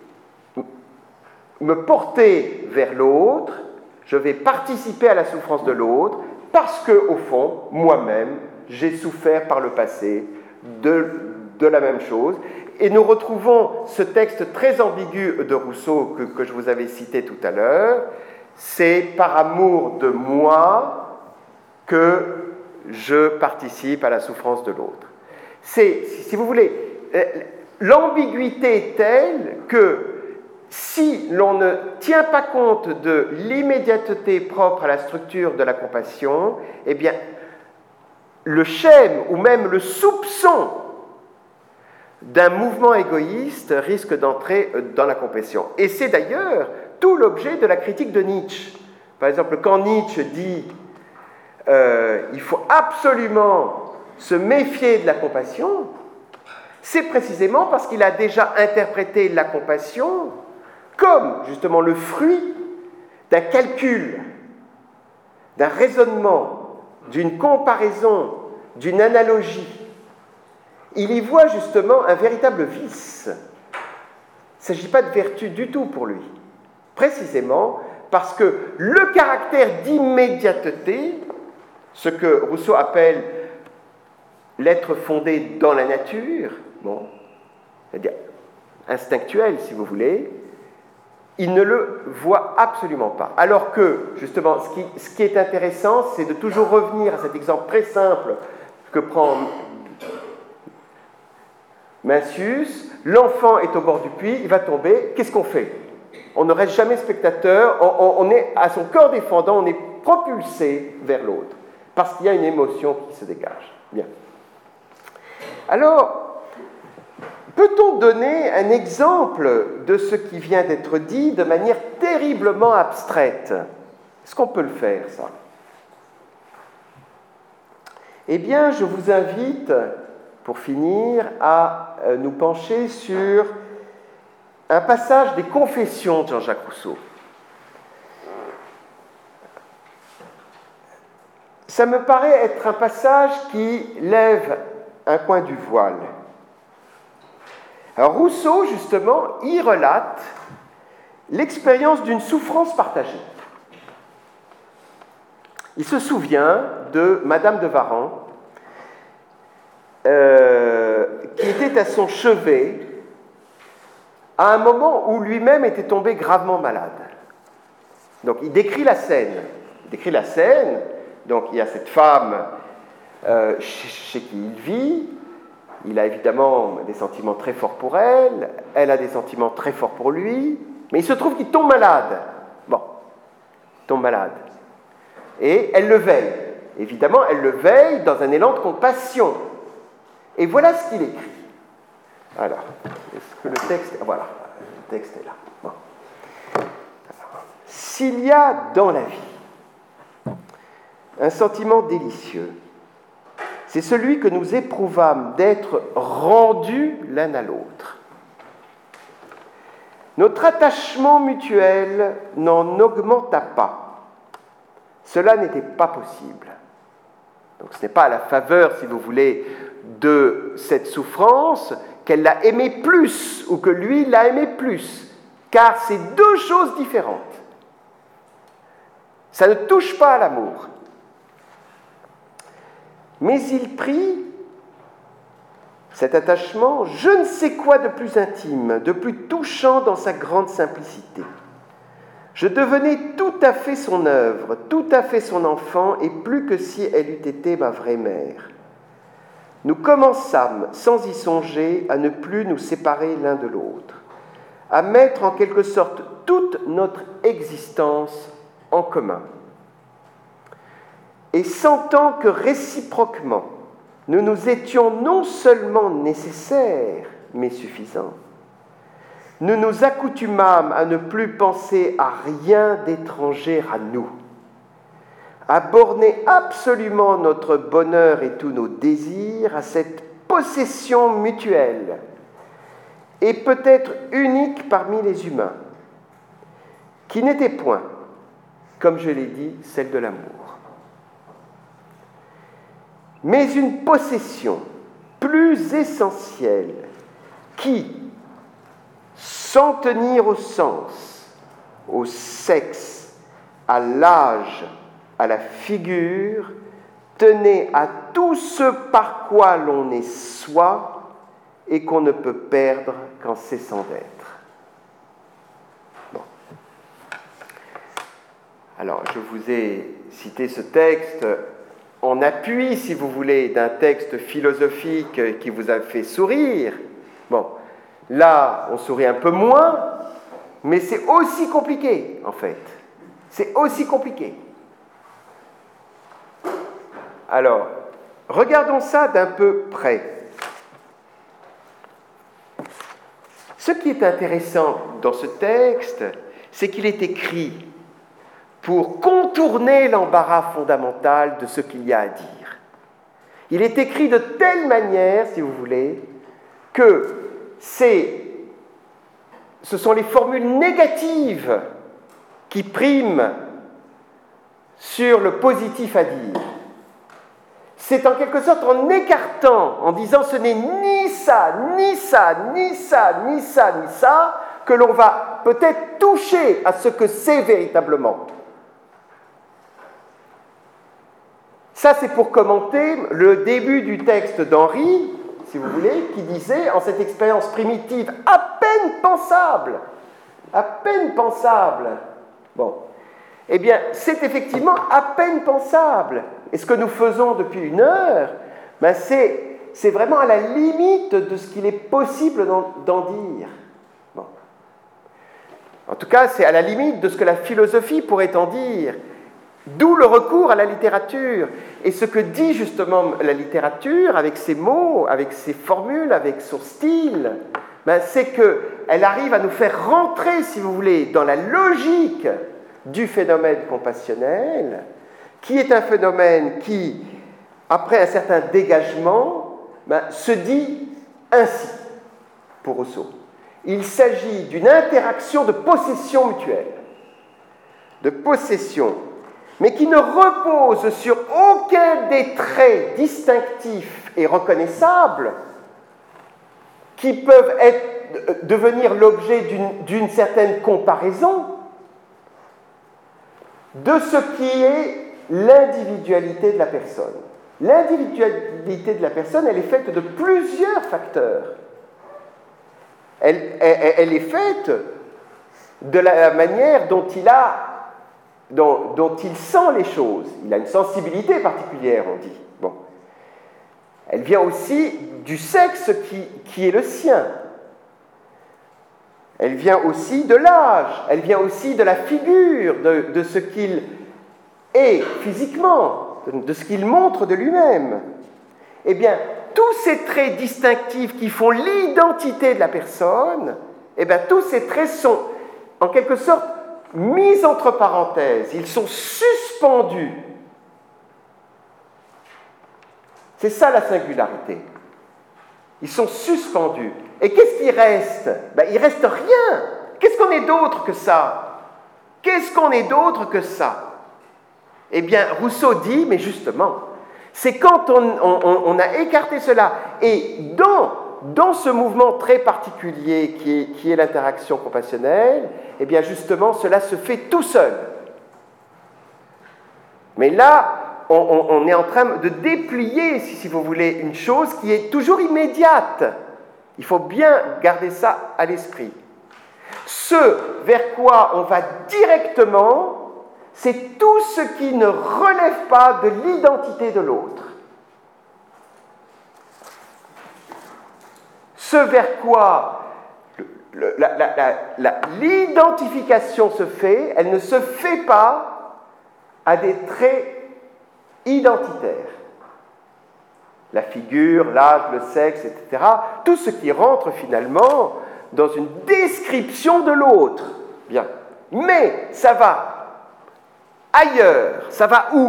me porter vers l'autre, je vais participer à la souffrance de l'autre, parce que, au fond, moi-même, j'ai souffert par le passé de, de la même chose. Et nous retrouvons ce texte très ambigu de Rousseau que, que je vous avais cité tout à l'heure. C'est par amour de moi que je participe à la souffrance de l'autre. C'est, si vous voulez, l'ambiguïté est telle que si l'on ne tient pas compte de l'immédiateté propre à la structure de la compassion, eh bien, le schème ou même le soupçon d'un mouvement égoïste risque d'entrer dans la compassion. Et c'est d'ailleurs tout l'objet de la critique de Nietzsche. Par exemple, quand Nietzsche dit euh, « il faut absolument se méfier de la compassion », c'est précisément parce qu'il a déjà interprété la compassion comme justement le fruit d'un calcul, d'un raisonnement, d'une comparaison d'une analogie. Il y voit justement un véritable vice. Il ne s'agit pas de vertu du tout pour lui. Précisément parce que le caractère d'immédiateté, ce que Rousseau appelle l'être fondé dans la nature, bon, c'est-à-dire instinctuel si vous voulez, il ne le voit absolument pas. Alors que, justement, ce qui, ce qui est intéressant, c'est de toujours revenir à cet exemple très simple que prend Mencius. L'enfant est au bord du puits, il va tomber, qu'est-ce qu'on fait? On ne reste jamais spectateur, on, on, on est à son corps défendant, on est propulsé vers l'autre, parce qu'il y a une émotion qui se dégage. Bien. Alors, peut-on donner un exemple de ce qui vient d'être dit de manière terriblement abstraite? Est-ce qu'on peut le faire, ça? Eh bien, je vous invite, pour finir, à nous pencher sur un passage des Confessions de Jean-Jacques Rousseau. Ça me paraît être un passage qui lève un coin du voile. Alors Rousseau, justement, y relate l'expérience d'une souffrance partagée. Il se souvient de Madame de Warens, euh, qui était à son chevet à un moment où lui-même était tombé gravement malade. Donc il décrit la scène. Il décrit la scène, donc il y a cette femme euh, chez, chez qui il vit. Il a évidemment des sentiments très forts pour elle, elle a des sentiments très forts pour lui, mais il se trouve qu'il tombe malade. Bon, il tombe malade. Et elle le veille. Évidemment, elle le veille dans un élan de compassion. Et voilà ce qu'il écrit. Alors, est-ce que le texte... Voilà, le texte est là. Bon. Alors, s'il y a dans la vie un sentiment délicieux, c'est celui que nous éprouvâmes d'être rendus l'un à l'autre. Notre attachement mutuel n'en augmenta pas. Cela n'était pas possible. Donc ce n'est pas à la faveur, si vous voulez, de cette souffrance qu'elle l'a aimé plus ou que lui l'a aimé plus, car c'est deux choses différentes. Ça ne touche pas à l'amour. Mais il prit, cet attachement, je ne sais quoi de plus intime, de plus touchant dans sa grande simplicité. Je devenais tout à fait son œuvre, tout à fait son enfant, et plus que si elle eût été ma vraie mère. Nous commençâmes, sans y songer, à ne plus nous séparer l'un de l'autre, à mettre en quelque sorte toute notre existence en commun. Et sentant que réciproquement, nous nous étions non seulement nécessaires, mais suffisants, nous nous accoutumâmes à ne plus penser à rien d'étranger à nous, à borner absolument notre bonheur et tous nos désirs à cette possession mutuelle, et peut-être unique parmi les humains, qui n'était point, comme je l'ai dit, celle de l'amour. Mais une possession plus essentielle qui, sans tenir au sens, au sexe, à l'âge, à la figure, tenait à tout ce par quoi l'on est soi et qu'on ne peut perdre qu'en cessant d'être. Bon. Alors, je vous ai cité ce texte en appui, si vous voulez, d'un texte philosophique qui vous a fait sourire. Bon, là, on sourit un peu moins, mais c'est aussi compliqué, en fait. C'est aussi compliqué. Alors, regardons ça d'un peu près. Ce qui est intéressant dans ce texte, c'est qu'il est écrit pour contourner l'embarras fondamental de ce qu'il y a à dire. Il est écrit de telle manière, si vous voulez, que c'est, ce sont les formules négatives qui priment sur le positif à dire. c'est en quelque sorte en écartant, en disant ce n'est ni ça, ni ça, ni ça, ni ça, ni ça, que l'on va peut-être toucher à ce que c'est véritablement. Ça, c'est pour commenter le début du texte d'Henri, si vous voulez, qui disait, en cette expérience primitive à peine pensable, à peine pensable, bon, eh bien, c'est effectivement à peine pensable. Et ce que nous faisons depuis une heure, ben c'est, c'est vraiment à la limite de ce qu'il est possible d'en, d'en dire. Bon. En tout cas, c'est à la limite de ce que la philosophie pourrait en dire. D'où le recours à la littérature. Et ce que dit justement la littérature, avec ses mots, avec ses formules, avec son style, ben c'est qu'elle arrive à nous faire rentrer, si vous voulez, dans la logique du phénomène compassionnel, qui est un phénomène qui, après un certain dégagement, ben, se dit ainsi, pour Rousseau. Il s'agit d'une interaction de possession mutuelle, de possession, mais qui ne repose sur aucun des traits distinctifs et reconnaissables qui peuvent être, devenir l'objet d'une, d'une certaine comparaison de ce qui est l'individualité de la personne. L'individualité de la personne, elle est faite de plusieurs facteurs. Elle, elle, elle est faite de la manière dont il a Dont, dont il sent les choses. Il a une sensibilité particulière, on dit. Bon. Elle vient aussi du sexe qui, qui est le sien. Elle vient aussi de l'âge. Elle vient aussi de la figure, de, de ce qu'il est physiquement, de, de ce qu'il montre de lui-même. Eh bien, tous ces traits distinctifs qui font l'identité de la personne, eh bien, tous ces traits sont, en quelque sorte, mis entre parenthèses, ils sont suspendus. C'est ça la singularité. Ils sont suspendus. Et qu'est-ce qui reste? Ben, il ne reste rien. Qu'est-ce qu'on est d'autre que ça? Qu'est-ce qu'on est d'autre que ça? Eh bien, Rousseau dit, mais justement, c'est quand on, on, on a écarté cela, et dans, dans ce mouvement très particulier qui est, qui est l'interaction compassionnelle, eh bien justement, cela se fait tout seul. Mais là, on, on, on est en train de déplier, si, si vous voulez, une chose qui est toujours immédiate. Il faut bien garder ça à l'esprit. Ce vers quoi on va directement, c'est tout ce qui ne relève pas de l'identité de l'autre. Ce vers quoi le, la, la, la, la, l'identification se fait, elle ne se fait pas à des traits identitaires. La figure, l'âge, le sexe, et cetera. Tout ce qui rentre finalement dans une description de l'autre. Bien. Mais ça va ailleurs. Ça va où?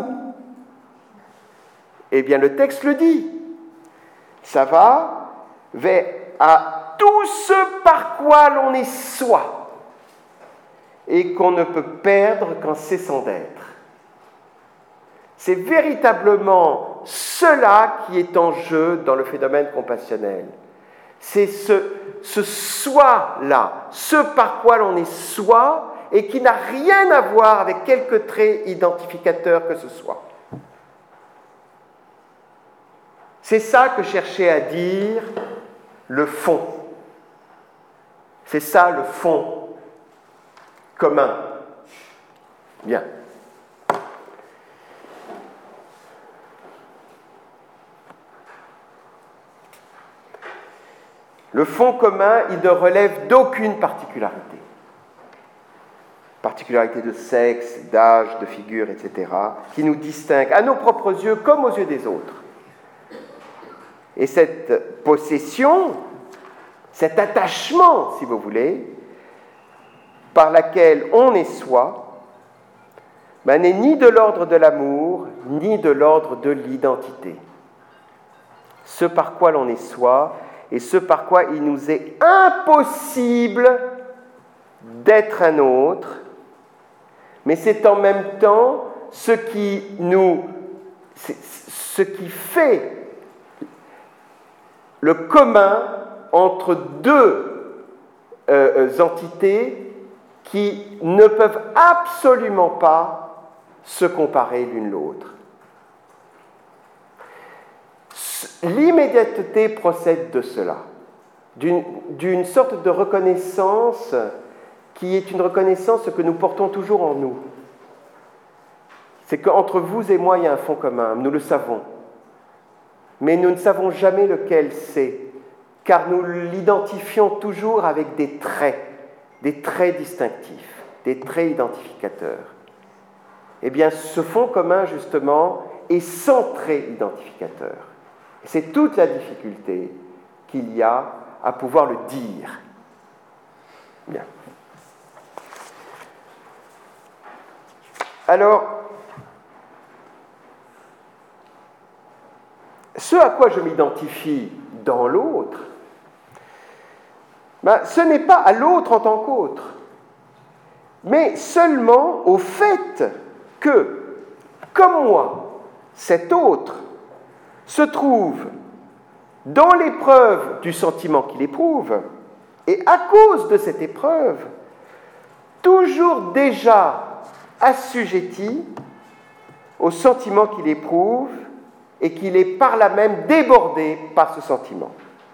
Eh bien, le texte le dit. Ça va vers à tout ce par quoi l'on est soi et qu'on ne peut perdre qu'en cessant d'être. C'est véritablement cela qui est en jeu dans le phénomène compassionnel. C'est ce, ce soi-là, ce par quoi l'on est soi et qui n'a rien à voir avec quelque trait identificateur que ce soit. C'est ça que cherchait à dire le fond. C'est ça le fond commun. Bien. Le fond commun, il ne relève d'aucune particularité. Particularité de sexe, d'âge, de figure, et cetera, qui nous distingue à nos propres yeux comme aux yeux des autres. Et cette possession, cet attachement, si vous voulez, par laquelle on est soi, ben, n'est ni de l'ordre de l'amour, ni de l'ordre de l'identité. Ce par quoi l'on est soi, et ce par quoi il nous est impossible d'être un autre, mais c'est en même temps ce qui nous c'est ce qui fait le commun entre deux euh, entités qui ne peuvent absolument pas se comparer l'une l'autre. L'immédiateté procède de cela, d'une, d'une sorte de reconnaissance qui est une reconnaissance que nous portons toujours en nous. C'est qu'entre vous et moi, il y a un fond commun, nous le savons. Mais nous ne savons jamais lequel c'est, car nous l'identifions toujours avec des traits, des traits distinctifs, des traits identificateurs. Eh bien, ce fond commun, justement, est sans trait identificateur. Et c'est toute la difficulté qu'il y a à pouvoir le dire. Bien. Alors, ce à quoi je m'identifie dans l'autre, ben, ce n'est pas à l'autre en tant qu'autre, mais seulement au fait que, comme moi, cet autre se trouve dans l'épreuve du sentiment qu'il éprouve, et à cause de cette épreuve, toujours déjà assujetti au sentiment qu'il éprouve et qu'il est par là même débordé par ce sentiment.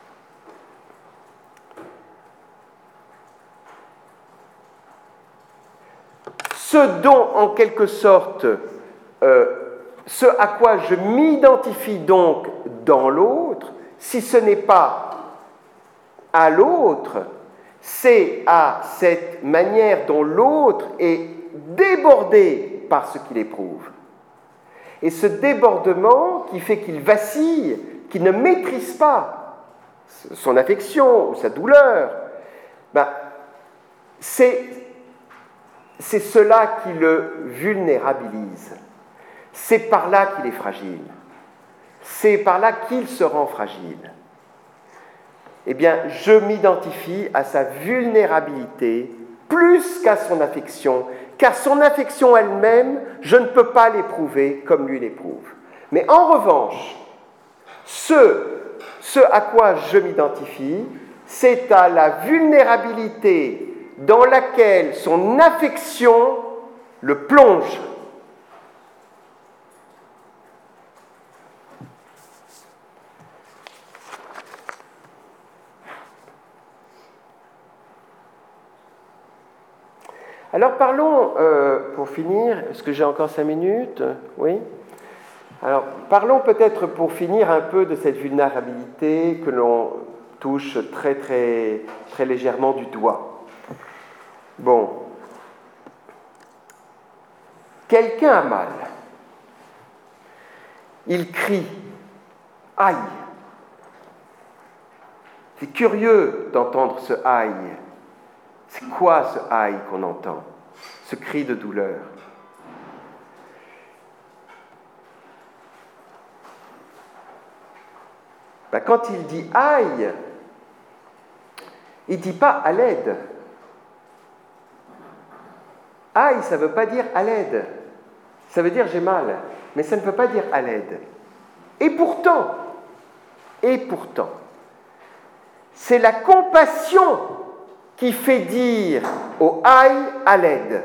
Ce dont, en quelque sorte, euh, ce à quoi je m'identifie donc dans l'autre, si ce n'est pas à l'autre, c'est à cette manière dont l'autre est débordé par ce qu'il éprouve. Et ce débordement qui fait qu'il vacille, qu'il ne maîtrise pas son affection ou sa douleur, ben, c'est, c'est cela qui le vulnérabilise. C'est par là qu'il est fragile. C'est par là qu'il se rend fragile. Eh bien, je m'identifie à sa vulnérabilité plus qu'à son affection, car son affection elle-même, je ne peux pas l'éprouver comme lui l'éprouve. Mais en revanche, ce, ce à quoi je m'identifie, c'est à la vulnérabilité dans laquelle son affection le plonge. Alors parlons, euh, pour finir, est-ce que j'ai encore cinq minutes? Oui. Alors parlons peut-être pour finir un peu de cette vulnérabilité que l'on touche très très très légèrement du doigt. Bon. Quelqu'un a mal. Il crie. Aïe. C'est curieux d'entendre ce aïe. C'est quoi ce aïe qu'on entend, ce cri de douleur? Ben, quand il dit aïe, il ne dit pas à l'aide. Aïe, ça ne veut pas dire à l'aide. Ça veut dire j'ai mal, mais ça ne veut pas dire à l'aide. Et pourtant, et pourtant, c'est la compassion qui fait dire au aïe à l'aide.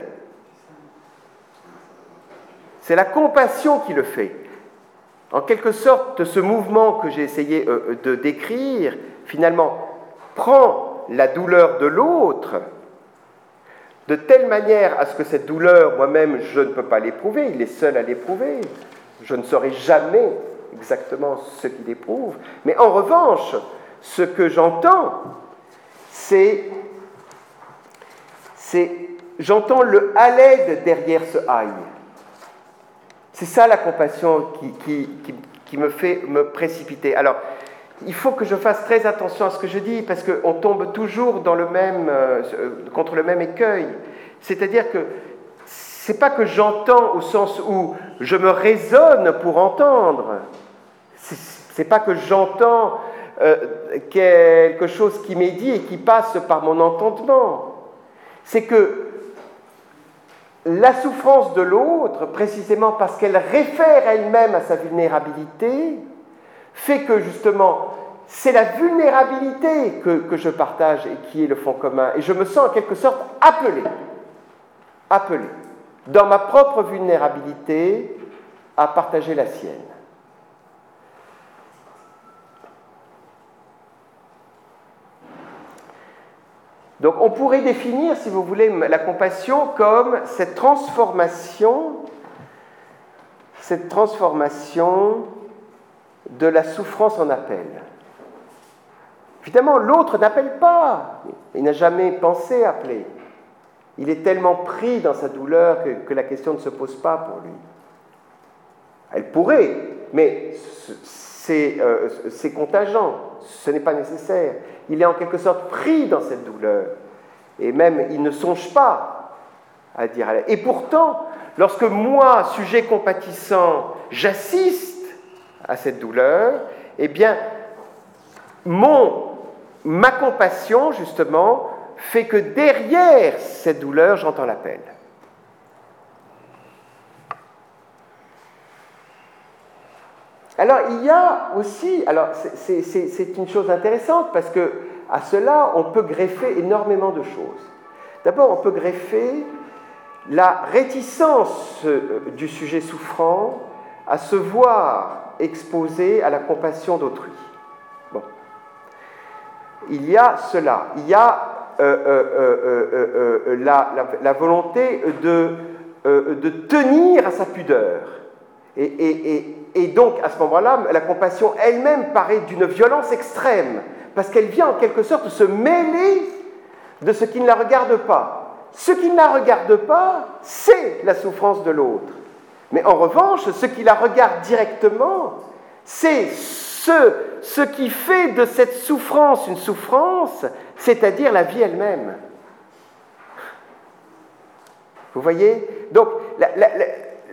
C'est la compassion qui le fait. En quelque sorte, ce mouvement que j'ai essayé de décrire, finalement, prend la douleur de l'autre de telle manière à ce que cette douleur, moi-même, je ne peux pas l'éprouver, il est seul à l'éprouver. Je ne saurai jamais exactement ce qu'il éprouve. Mais en revanche, ce que j'entends, c'est C'est, j'entends le à l'aide derrière ce aïe. C'est ça la compassion qui, qui, qui, qui me fait me précipiter. Alors, il faut que je fasse très attention à ce que je dis, parce qu'on tombe toujours dans le même, euh, contre le même écueil. C'est-à-dire que ce n'est pas que j'entends au sens où je me raisonne pour entendre. Ce n'est pas que j'entends euh, quelque chose qui m'est dit et qui passe par mon entendement. C'est que la souffrance de l'autre, précisément parce qu'elle réfère elle-même à sa vulnérabilité, fait que justement, c'est la vulnérabilité que, que je partage et qui est le fond commun. Et je me sens en quelque sorte appelé, appelé, dans ma propre vulnérabilité, à partager la sienne. Donc on pourrait définir, si vous voulez, la compassion comme cette transformation, cette transformation de la souffrance en appel. Évidemment, l'autre n'appelle pas, il n'a jamais pensé appeler. Il est tellement pris dans sa douleur que, que la question ne se pose pas pour lui. Elle pourrait, mais c'est, euh, c'est contingent, ce n'est pas nécessaire. Il est en quelque sorte pris dans cette douleur. Et même, il ne songe pas à dire à l'aide. Et pourtant, lorsque moi, sujet compatissant, j'assiste à cette douleur, eh bien, mon, ma compassion, justement, fait que derrière cette douleur, j'entends l'appel. Alors, il y a aussi, alors c'est, c'est, c'est une chose intéressante parce que à cela, on peut greffer énormément de choses. D'abord, on peut greffer la réticence du sujet souffrant à se voir exposé à la compassion d'autrui. Bon. Il y a cela. Il y a euh, euh, euh, euh, euh, la, la, la volonté de, euh, de tenir à sa pudeur. Et, et, et, et donc, à ce moment-là, la compassion elle-même paraît d'une violence extrême, parce qu'elle vient en quelque sorte se mêler de ce qui ne la regarde pas. Ce qui ne la regarde pas, c'est la souffrance de l'autre. Mais en revanche, ce qui la regarde directement, c'est ce, ce qui fait de cette souffrance une souffrance, c'est-à-dire la vie elle-même. Vous voyez ? Donc, la, la, la,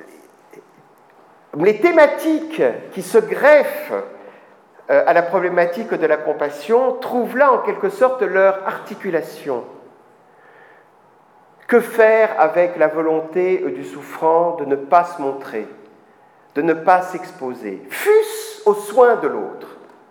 les thématiques qui se greffent à la problématique de la compassion trouvent là en quelque sorte leur articulation. Que faire avec la volonté du souffrant de ne pas se montrer, de ne pas s'exposer, fût-ce aux soins de l'autre?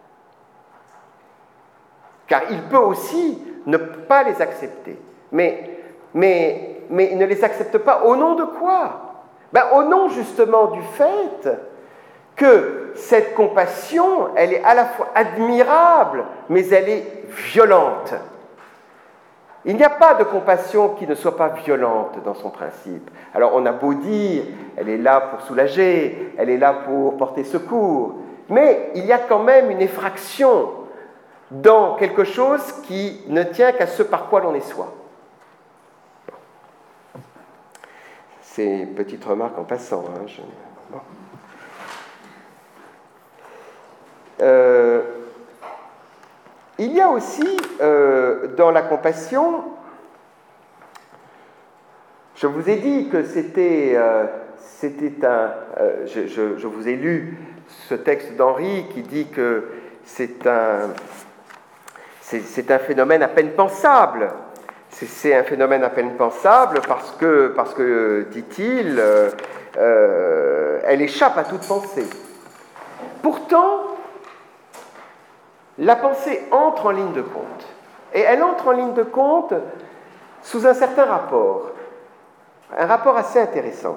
Car il peut aussi ne pas les accepter. Mais, mais, mais il ne les accepte pas au nom de quoi? Ben, au nom justement du fait que cette compassion, elle est à la fois admirable, mais elle est violente. Il n'y a pas de compassion qui ne soit pas violente dans son principe. Alors on a beau dire, elle est là pour soulager, elle est là pour porter secours, mais il y a quand même une effraction dans quelque chose qui ne tient qu'à ce par quoi l'on est soi. C'est une petite remarque en passant. Hein, je... bon. Euh, il y a aussi euh, dans la compassion, je vous ai dit que c'était, euh, c'était un, euh, je, je, je vous ai lu ce texte d'Henri qui dit que c'est un, c'est, c'est un phénomène à peine pensable. C'est, c'est un phénomène à peine pensable parce que, parce que dit-il, euh, euh, elle échappe à toute pensée. Pourtant, la pensée entre en ligne de compte. Et elle entre en ligne de compte sous un certain rapport. Un rapport assez intéressant.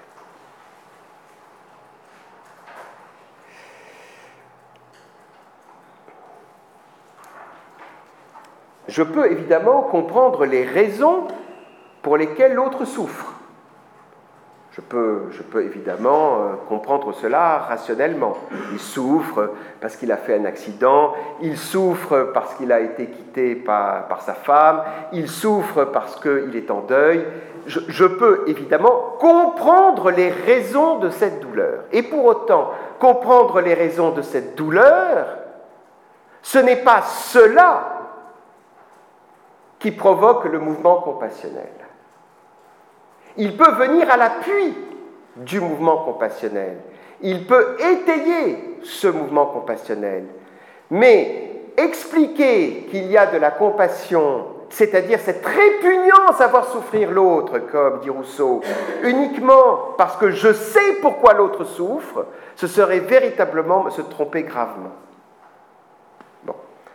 Je peux évidemment comprendre les raisons pour lesquelles l'autre souffre. Je peux, je peux évidemment euh, comprendre cela rationnellement. Il souffre parce qu'il a fait un accident, il souffre parce qu'il a été quitté par, par sa femme, il souffre parce qu'il est en deuil. Je, je peux évidemment comprendre les raisons de cette douleur. Et pour autant, comprendre les raisons de cette douleur, ce n'est pas cela qui provoque le mouvement compassionnel. Il peut venir à l'appui du mouvement compassionnel. Il peut étayer ce mouvement compassionnel. Mais expliquer qu'il y a de la compassion c'est-à-dire cette répugnance à voir souffrir l'autre, comme dit Rousseau, uniquement parce que je sais pourquoi l'autre souffre, ce serait véritablement se tromper gravement. Bon.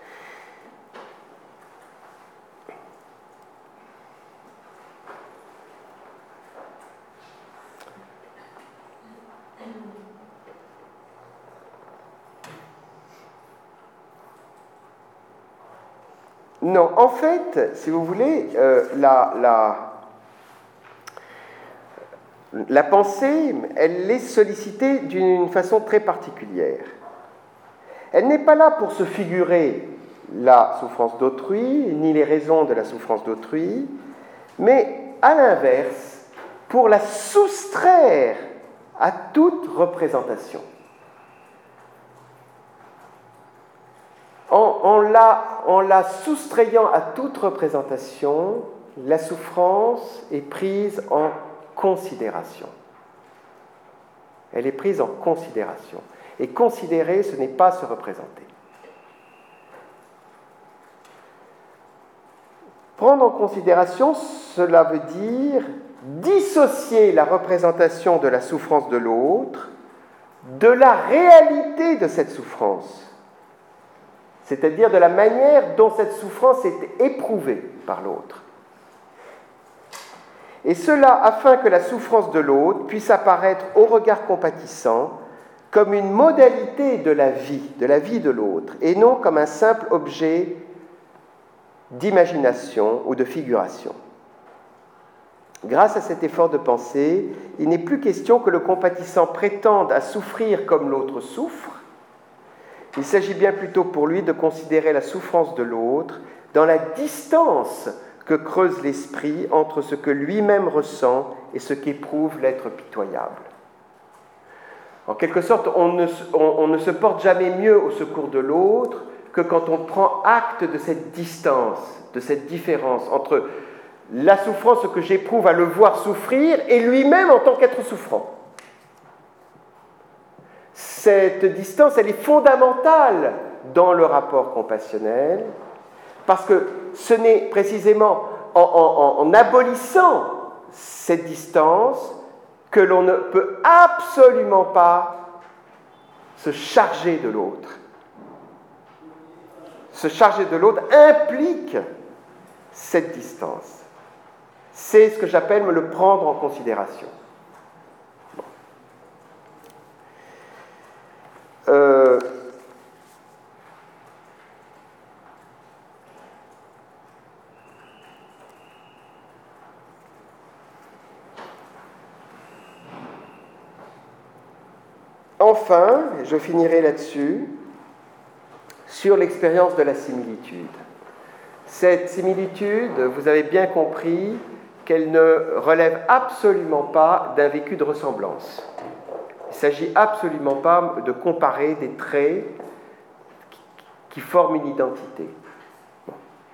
Non, en fait, si vous voulez, euh, la, la, la pensée, elle est sollicitée d'une façon très particulière. Elle n'est pas là pour se figurer la souffrance d'autrui, ni les raisons de la souffrance d'autrui, mais à l'inverse, pour la soustraire à toute représentation. En, en, la, en la soustrayant à toute représentation, la souffrance est prise en considération. Elle est prise en considération. Et considérer, ce n'est pas se représenter. Prendre en considération, cela veut dire dissocier la représentation de la souffrance de l'autre de la réalité de cette souffrance. C'est-à-dire de la manière dont cette souffrance est éprouvée par l'autre. Et cela afin que la souffrance de l'autre puisse apparaître au regard compatissant comme une modalité de la vie, de la vie de l'autre, et non comme un simple objet d'imagination ou de figuration. Grâce à cet effort de pensée, il n'est plus question que le compatissant prétende à souffrir comme l'autre souffre. Il s'agit bien plutôt pour lui de considérer la souffrance de l'autre dans la distance que creuse l'esprit entre ce que lui-même ressent et ce qu'éprouve l'être pitoyable. En quelque sorte, on ne, on, on ne se porte jamais mieux au secours de l'autre que quand on prend acte de cette distance, de cette différence entre la souffrance que j'éprouve à le voir souffrir et lui-même en tant qu'être souffrant. Cette distance, elle est fondamentale dans le rapport compassionnel, parce que ce n'est précisément en, en, en abolissant cette distance que l'on ne peut absolument pas se charger de l'autre. Se charger de l'autre implique cette distance. C'est ce que j'appelle me le prendre en considération. Euh, enfin, je finirai là-dessus, sur l'expérience de la similitude. Cette similitude, vous avez bien compris qu'elle ne relève absolument pas d'un vécu de ressemblance. Il ne s'agit absolument pas de comparer des traits qui forment une identité. Bon.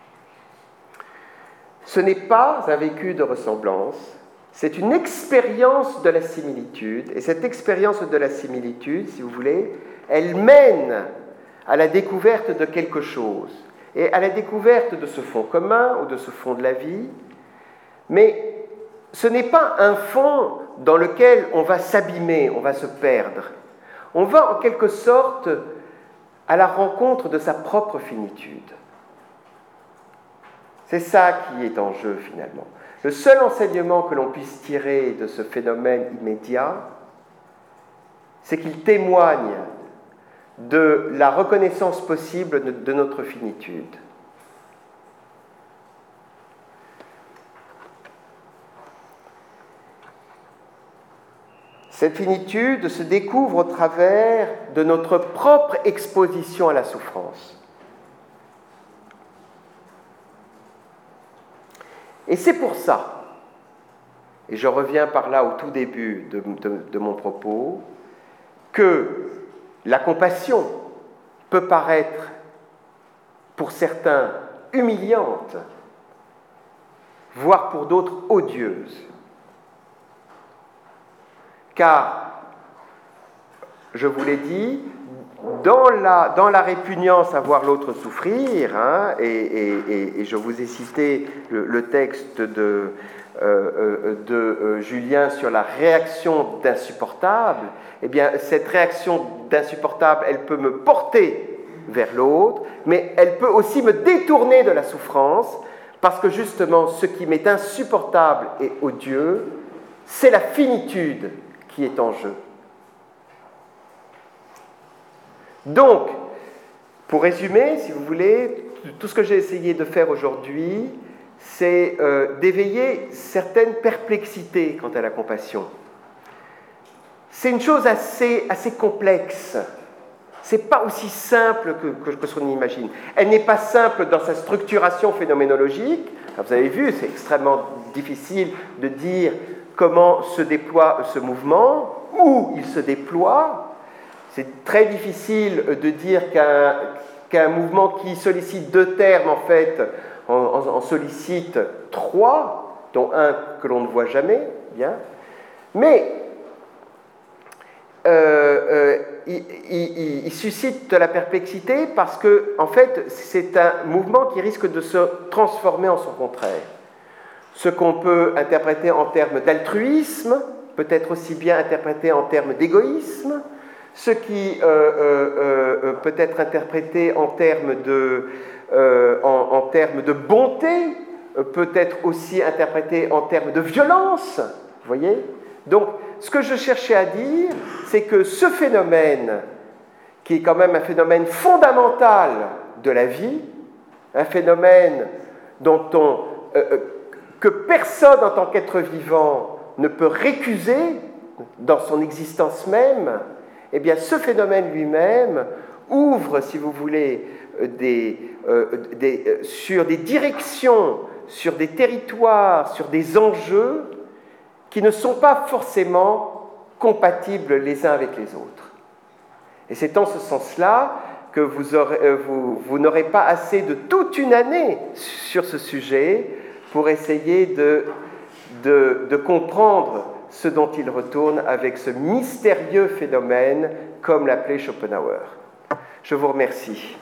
Ce n'est pas un vécu de ressemblance, c'est une expérience de la similitude. Et cette expérience de la similitude, si vous voulez, elle mène à la découverte de quelque chose, et à la découverte de ce fond commun ou de ce fond de la vie. Mais ce n'est pas un fond dans lequel on va s'abîmer, on va se perdre. On va en quelque sorte à la rencontre de sa propre finitude. C'est ça qui est en jeu finalement. Le seul enseignement que l'on puisse tirer de ce phénomène immédiat, c'est qu'il témoigne de la reconnaissance possible de notre finitude. Cette finitude se découvre au travers de notre propre exposition à la souffrance. Et c'est pour ça, et je reviens par là au tout début de, de, de mon propos, que la compassion peut paraître, pour certains, humiliante, voire pour d'autres odieuse. Car, je vous l'ai dit, dans la, dans la répugnance à voir l'autre souffrir, hein, et, et, et, et je vous ai cité le, le texte de, euh, de euh, Julien sur la réaction d'insupportable, eh bien, cette réaction d'insupportable, elle peut me porter vers l'autre, mais elle peut aussi me détourner de la souffrance, parce que justement, ce qui m'est insupportable et odieux, c'est la finitude qui est en jeu. Donc, pour résumer, si vous voulez, tout ce que j'ai essayé de faire aujourd'hui, c'est euh, d'éveiller certaines perplexités quant à la compassion. C'est une chose assez, assez complexe. Ce n'est pas aussi simple que, que, que ce qu'on imagine. Elle n'est pas simple dans sa structuration phénoménologique. Alors, vous avez vu, c'est extrêmement difficile de dire comment se déploie ce mouvement, où il se déploie. C'est très difficile de dire qu'un, qu'un mouvement qui sollicite deux termes, en fait, en, en, en sollicite trois, dont un que l'on ne voit jamais, bien. Mais euh, euh, il, il, il suscite de la perplexité parce que, en fait, c'est un mouvement qui risque de se transformer en son contraire. Ce qu'on peut interpréter en termes d'altruisme peut être aussi bien interprété en termes d'égoïsme. Ce qui euh, euh, euh, peut être interprété en termes de, euh, en, en termes de bonté euh, peut être aussi interprété en termes de violence. Vous voyez ? Donc, ce que je cherchais à dire, c'est que ce phénomène, qui est quand même un phénomène fondamental de la vie, un phénomène dont on, euh, que personne en tant qu'être vivant ne peut récuser dans son existence même, eh bien, ce phénomène lui-même ouvre, si vous voulez, des, euh, des, euh, sur des directions, sur des territoires, sur des enjeux qui ne sont pas forcément compatibles les uns avec les autres. Et c'est en ce sens-là que vous, aurez, euh, vous, vous n'aurez pas assez de toute une année sur ce sujet pour essayer de, de, de comprendre ce dont il retourne avec ce mystérieux phénomène, comme l'appelait Schopenhauer. Je vous remercie.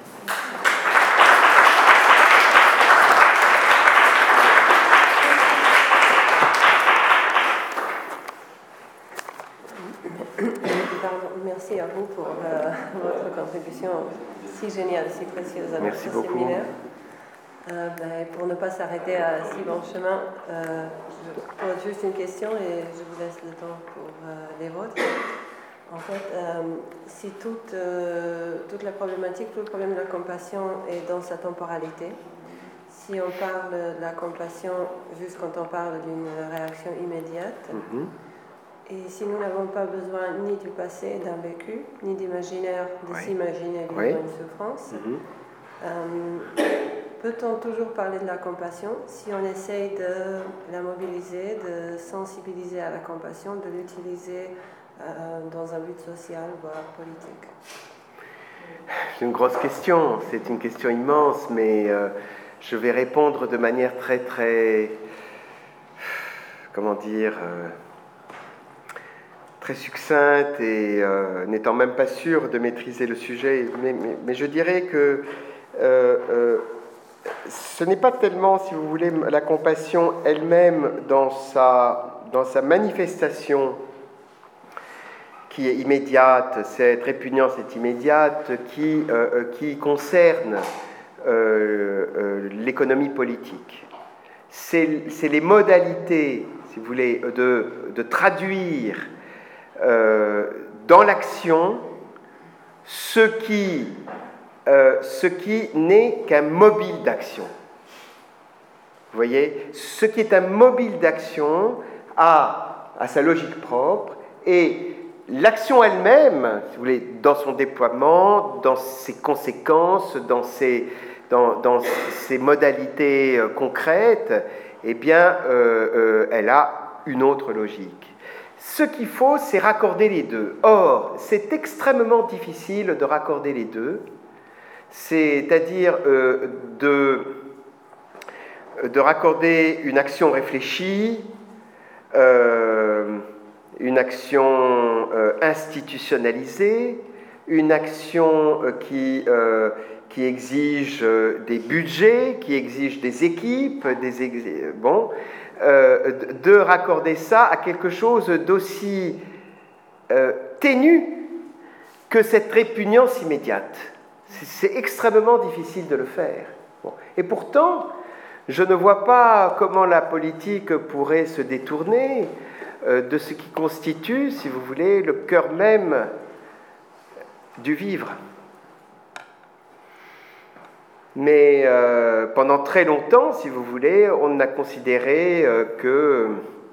Merci à vous pour euh, votre contribution si géniale, si précieuse à Merci notre beaucoup. séminaire. Euh, ben, pour ne pas s'arrêter à si bon chemin, euh, je pose juste une question et je vous laisse le temps pour euh, les vôtres. En fait, euh, si toute, euh, toute la problématique, tout le problème de la compassion est dans sa temporalité, si on parle de la compassion juste quand on parle d'une réaction immédiate, Mm-hmm. et si nous n'avons pas besoin ni du passé, d'un vécu, ni d'imaginaire, de Oui. s'imaginer vivre Oui. une souffrance, Mm-hmm. euh, peut-on toujours parler de la compassion si on essaye de la mobiliser, de sensibiliser à la compassion, de l'utiliser euh, dans un but social, voire politique? C'est une grosse question, c'est une question immense, mais euh, je vais répondre de manière très, très, comment dire, euh, très succincte et euh, n'étant même pas sûr de maîtriser le sujet. Mais, mais, mais je dirais que euh, euh, ce n'est pas tellement, si vous voulez, la compassion elle-même dans sa, dans sa manifestation qui est immédiate, cette répugnance est immédiate, qui, euh, qui concerne euh, euh, l'économie politique. C'est, c'est les modalités, si vous voulez, de, de traduire euh, dans l'action ce qui, euh, ce qui n'est qu'un mobile d'action. Vous voyez, ce qui est un mobile d'action a, a sa logique propre et l'action elle-même, si vous voulez, dans son déploiement, dans ses conséquences, dans ses, dans, dans ses modalités euh, concrètes, eh bien, euh, euh, elle a une autre logique. Ce qu'il faut, c'est raccorder les deux. Or, c'est extrêmement difficile de raccorder les deux, c'est-à-dire euh, de, de raccorder une action réfléchie, euh, une action euh, institutionnalisée, une action qui, euh, qui exige des budgets, qui exige des équipes, des ex... bon, euh, de raccorder ça à quelque chose d'aussi euh, ténu que cette répugnance immédiate. C'est extrêmement difficile de le faire. Bon. Et pourtant, je ne vois pas comment la politique pourrait se détourner euh, de ce qui constitue, si vous voulez, le cœur même du vivre. Mais euh, pendant très longtemps, si vous voulez, on a considéré euh, que,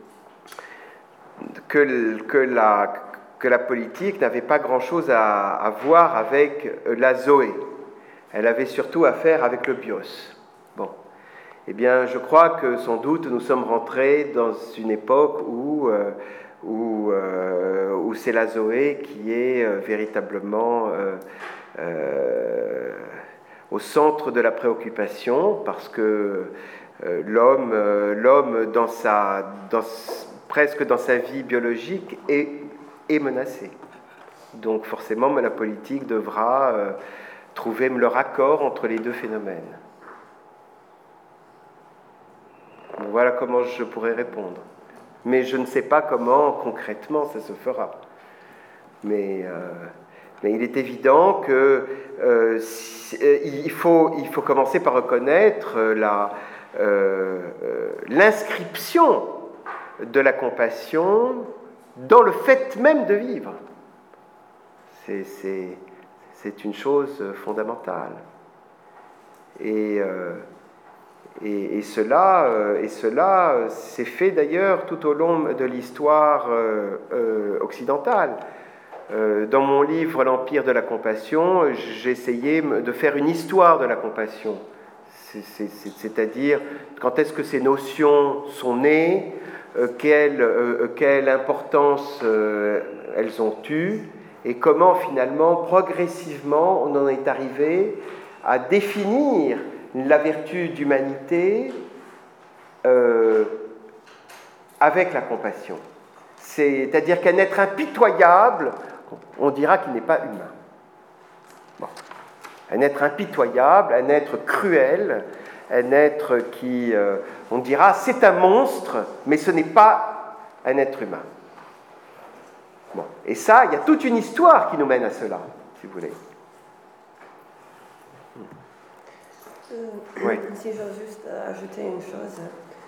que, que, la, que la politique n'avait pas grand-chose à, à voir avec la zoé. Elle avait surtout à faire avec le bios. Bon. Eh bien, je crois que sans doute nous sommes rentrés dans une époque où, euh, où, euh, où c'est la zoé qui est euh, véritablement euh, euh, au centre de la préoccupation, parce que euh, l'homme, euh, l'homme dans sa, dans, presque dans sa vie biologique, est, est menacé. Donc forcément, la politique devra euh, trouver le raccord entre les deux phénomènes. Voilà comment je pourrais répondre. Mais je ne sais pas comment concrètement ça se fera. Mais, euh, mais il est évident que euh, si, euh, il, faut, il faut commencer par reconnaître la, euh, euh, l'inscription de la compassion dans le fait même de vivre. C'est, c'est, c'est une chose fondamentale. Et... Euh, Et, et cela, euh, et cela euh, s'est fait d'ailleurs tout au long de l'histoire euh, euh, occidentale. Euh, dans mon livre « L'Empire de la compassion », j'ai essayé de faire une histoire de la compassion. C'est, c'est, c'est, c'est-à-dire, quand est-ce que ces notions sont nées, euh, quelle, euh, quelle importance euh, elles ont eue, et comment finalement, progressivement, on en est arrivé à définir la vertu d'humanité euh, avec la compassion. C'est-à-dire qu'un être impitoyable, on dira qu'il n'est pas humain. Bon. Un être impitoyable, un être cruel, un être qui, euh, on dira, c'est un monstre, mais ce n'est pas un être humain. Bon. Et ça, il y a toute une histoire qui nous mène à cela, si vous voulez. Euh, oui. Si j'ose juste ajouter une chose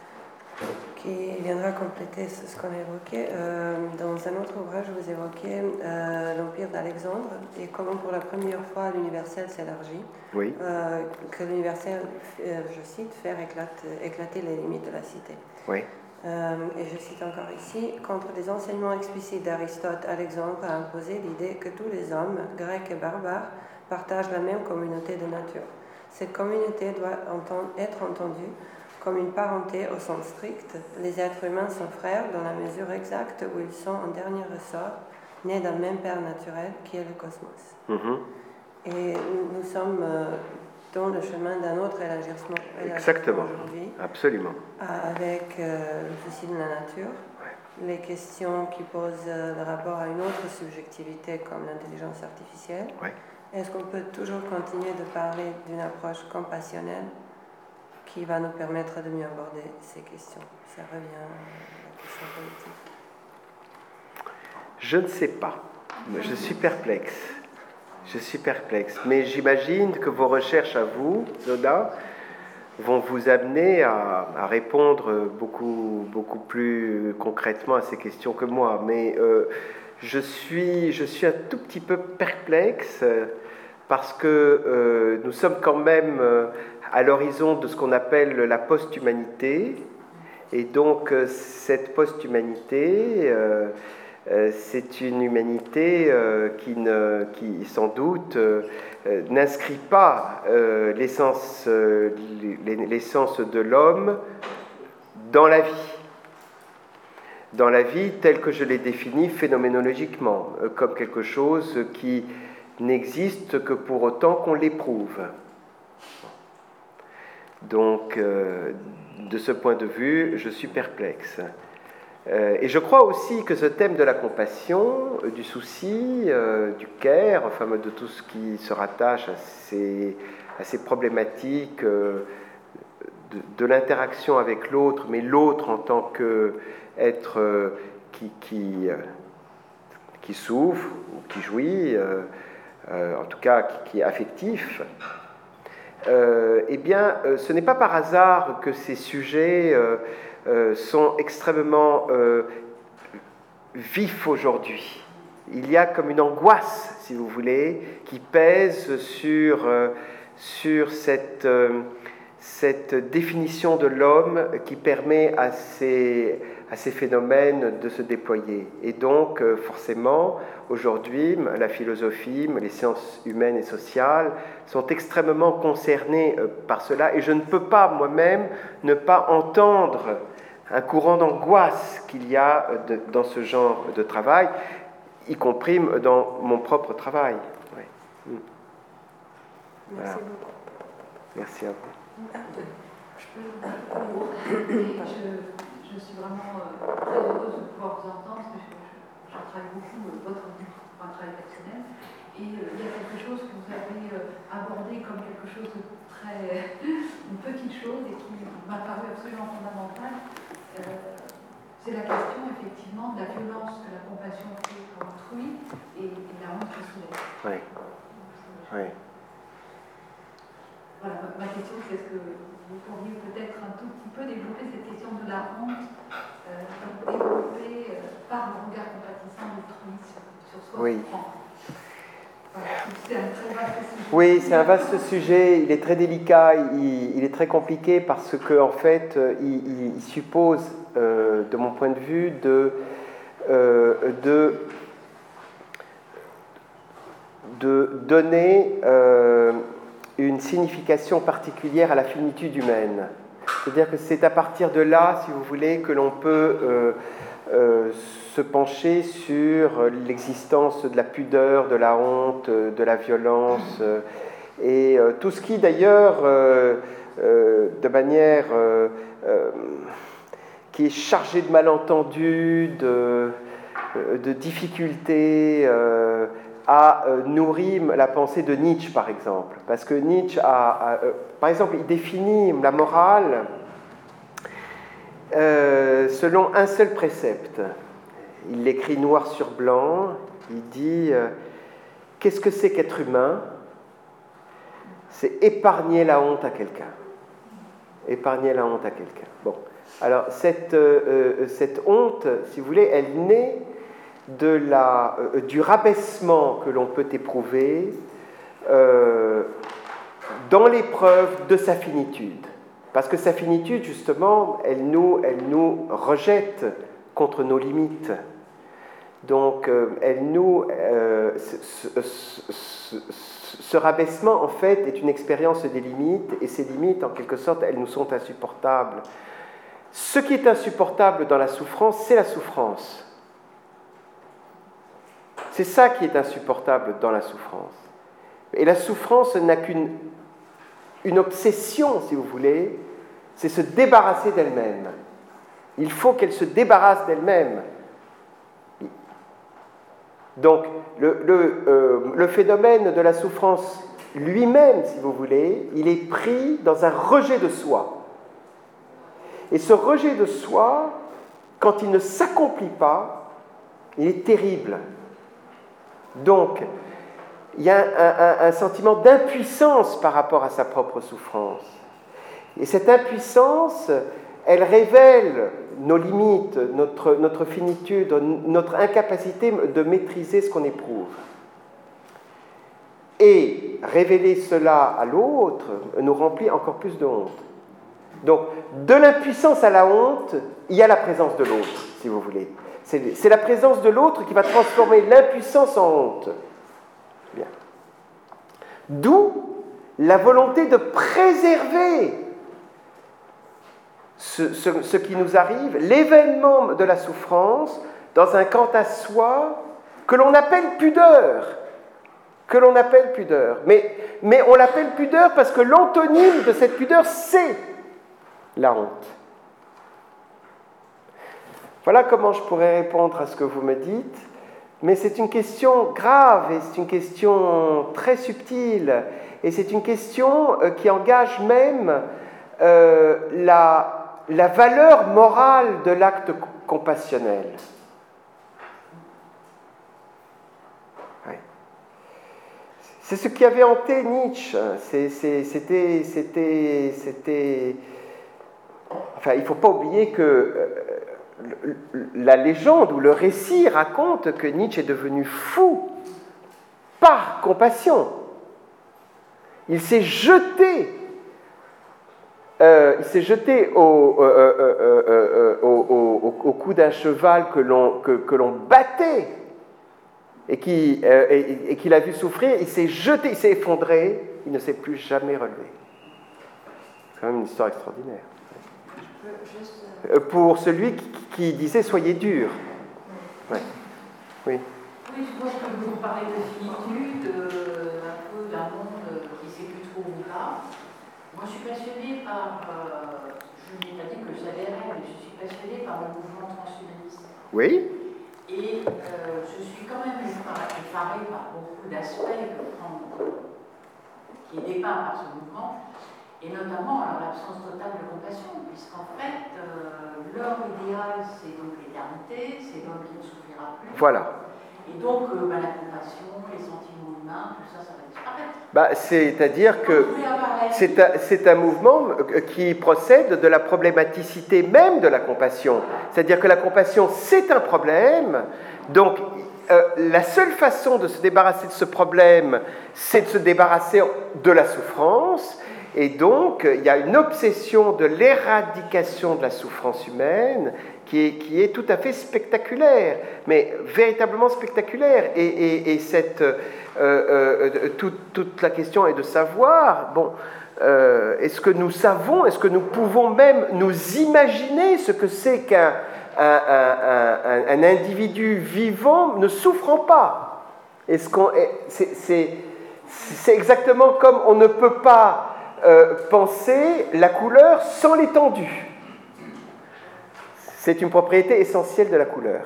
qui viendra compléter ce qu'on a évoqué. Euh, dans un autre ouvrage, vous évoquez euh, l'Empire d'Alexandre et comment pour la première fois l'universel s'élargit. Oui. Euh, que l'universel, euh, je cite, faire éclate, éclater les limites de la cité. Oui. Euh, et je cite encore ici, contre les enseignements explicites d'Aristote, Alexandre a imposé l'idée que tous les hommes, grecs et barbares, partagent la même communauté de nature. Cette communauté doit entendre, être entendue comme une parenté au sens strict. Les êtres humains sont frères dans la mesure exacte où ils sont en dernier ressort, nés d'un même père naturel qui est le cosmos. Mm-hmm. Et nous, nous sommes euh, dans le chemin d'un autre élargissement, élargissement aujourd'hui. Absolument. Avec euh, le souci de la nature, ouais. Les questions qui posent euh, le rapport à une autre subjectivité comme l'intelligence artificielle. Ouais. Est-ce qu'on peut toujours continuer de parler d'une approche compassionnelle qui va nous permettre de mieux aborder ces questions? Ça revient à la question politique. Je ne sais pas. Je suis perplexe. Je suis perplexe. Mais j'imagine que vos recherches à vous, Zona, vont vous amener à, à répondre beaucoup, beaucoup plus concrètement à ces questions que moi. Mais euh, je suis, je suis un tout petit peu perplexe parce que euh, nous sommes quand même euh, à l'horizon de ce qu'on appelle la post-humanité. Et donc, euh, cette post-humanité, euh, euh, c'est une humanité euh, qui, ne, qui, sans doute, euh, euh, n'inscrit pas euh, l'essence, euh, l'essence de l'homme dans la vie. Dans la vie telle que je l'ai définie phénoménologiquement, euh, comme quelque chose qui n'existe que pour autant qu'on l'éprouve. Donc, euh, de ce point de vue, je suis perplexe. Euh, et je crois aussi que ce thème de la compassion, euh, du souci, euh, du care, enfin de tout ce qui se rattache à ces, à ces problématiques euh, de, de l'interaction avec l'autre, mais l'autre en tant qu'être euh, qui, qui, euh, qui souffre ou qui jouit, euh, euh, en tout cas qui, qui est affectif, euh, eh bien, euh, ce n'est pas par hasard que ces sujets euh, euh, sont extrêmement euh, vifs aujourd'hui. Il y a comme une angoisse, si vous voulez, qui pèse sur, euh, sur cette, euh, cette définition de l'homme qui permet à ces, à ces phénomènes de se déployer. Et donc, euh, forcément, aujourd'hui, la philosophie, les sciences humaines et sociales sont extrêmement concernées euh, par cela. Et je ne peux pas, moi-même, ne pas entendre un courant d'angoisse qu'il y a de, dans ce genre de travail, y compris dans mon propre travail. Oui. Merci Voilà. beaucoup. Merci à vous. Je peux vous dire un mot. je, je suis vraiment euh, très heureuse de pouvoir vous entendre parce que je, je, je travaille beaucoup euh, votre vie pour un travail personnel. Et euh, il y a quelque chose que vous avez euh, abordé comme quelque chose de très. une petite chose et qui m'a paru absolument fondamentale. Euh, c'est la question effectivement de la violence que la compassion fait pour autrui et, et la honte que soulève. Oui. Oui. Voilà, ma question c'est est-ce que vous pourriez peut-être un tout petit peu développer cette question de la honte, euh, développée euh, par le regard compatissant d'autrui sur, sur soi. Oui. Voilà, c'est un très vaste sujet. Oui, c'est un vaste sujet, il est très délicat, il, il est très compliqué parce que en fait, il, il suppose, euh, de mon point de vue, de, euh, de, de donner euh, une signification particulière à la finitude humaine. C'est-à-dire que c'est à partir de là, si vous voulez, que l'on peut euh, euh, se pencher sur l'existence de la pudeur, de la honte, de la violence, euh, et euh, tout ce qui d'ailleurs, euh, euh, de manière euh, euh, qui est chargé de malentendus, de, de difficultés, euh, a euh, nourri la pensée de Nietzsche, par exemple. Parce que Nietzsche, a, a, euh, par exemple, il définit la morale euh, selon un seul précepte. Il l'écrit noir sur blanc, il dit euh, « Qu'est-ce que c'est qu'être humain ? C'est épargner la honte à quelqu'un. » Épargner la honte à quelqu'un. Bon, alors cette, euh, cette honte, si vous voulez, elle naît de la, euh, du rabaissement que l'on peut éprouver euh, dans l'épreuve de sa finitude. Parce que sa finitude, justement, elle nous, elle nous rejette contre nos limites. Donc, euh, elle nous, euh, ce, ce, ce, ce rabaissement, en fait, est une expérience des limites, et ces limites, en quelque sorte, elles nous sont insupportables. Ce qui est insupportable dans la souffrance, c'est la souffrance. C'est ça qui est insupportable dans la souffrance. Et la souffrance n'a qu'une une obsession, si vous voulez, c'est se débarrasser d'elle-même. Il faut qu'elle se débarrasse d'elle-même. Donc, le, le, euh, le phénomène de la souffrance lui-même, si vous voulez, il est pris dans un rejet de soi. Et ce rejet de soi, quand il ne s'accomplit pas, il est terrible. Donc, il y a un, un, un sentiment d'impuissance par rapport à sa propre souffrance. Et cette impuissance, elle révèle nos limites, notre, notre finitude, notre incapacité de maîtriser ce qu'on éprouve. Et révéler cela à l'autre nous remplit encore plus de honte. Donc, de l'impuissance à la honte, il y a la présence de l'autre, si vous voulez. C'est, c'est la présence de l'autre qui va transformer l'impuissance en honte. Bien. D'où la volonté de préserver ce, ce, ce qui nous arrive, l'événement de la souffrance, dans un quant à soi que l'on appelle pudeur. Que l'on appelle pudeur. Mais, mais on l'appelle pudeur parce que l'antonyme de cette pudeur, c'est la honte. Voilà comment je pourrais répondre à ce que vous me dites, mais c'est une question grave et c'est une question très subtile et c'est une question qui engage même euh, la, la valeur morale de l'acte compassionnel. C'est ce qui avait hanté Nietzsche. C'est, c'est, c'était, c'était, c'était... Enfin, il ne faut pas oublier que euh, la légende ou le récit raconte que Nietzsche est devenu fou par compassion. Il s'est jeté, euh, il s'est jeté au, euh, euh, euh, euh, au, au, au cou d'un cheval que l'on, que, que l'on battait. Et, qui, euh, et, et qu'il a vu souffrir, il s'est jeté, il s'est effondré, il ne s'est plus jamais relevé. C'est quand même une histoire extraordinaire. Je peux juste... Euh, pour celui qui, qui disait « soyez dur ». Ouais. Oui. Oui, je pense que vous parlez de finitude, euh, un peu d'un monde qui ne sait plus trop où va. Moi, je suis passionnée par, euh, je n'ai pas dit que j'adhérais, mais je suis passionnée par le mouvement transhumaniste. Oui. Et euh, je suis quand même effarée par beaucoup d'aspects qui est dépeint par ce mouvement, et notamment alors, l'absence totale de compassion, puisqu'en fait, euh, leur idéal, c'est donc l'éternité, c'est l'homme qui ne souffrira plus. Voilà. Et donc, euh, bah, la compassion, les sentiments humains, tout ça, ça va disparaître. Bah, c'est-à-dire que c'est un, c'est un mouvement qui procède de la problématicité même de la compassion. C'est-à-dire que la compassion, c'est un problème. Donc, euh, la seule façon de se débarrasser de ce problème, c'est de se débarrasser de la souffrance. Et donc, il y a une obsession de l'éradication de la souffrance humaine qui est, qui est tout à fait spectaculaire, mais véritablement spectaculaire. Et, et, et cette, euh, euh, toute, toute la question est de savoir, bon, euh, est-ce que nous savons, est-ce que nous pouvons même nous imaginer ce que c'est qu'un un, un, un, un individu vivant ne souffrant pas? Est-ce qu'on, c'est, c'est, c'est exactement comme on ne peut pas Euh, penser la couleur sans l'étendue. C'est une propriété essentielle de la couleur.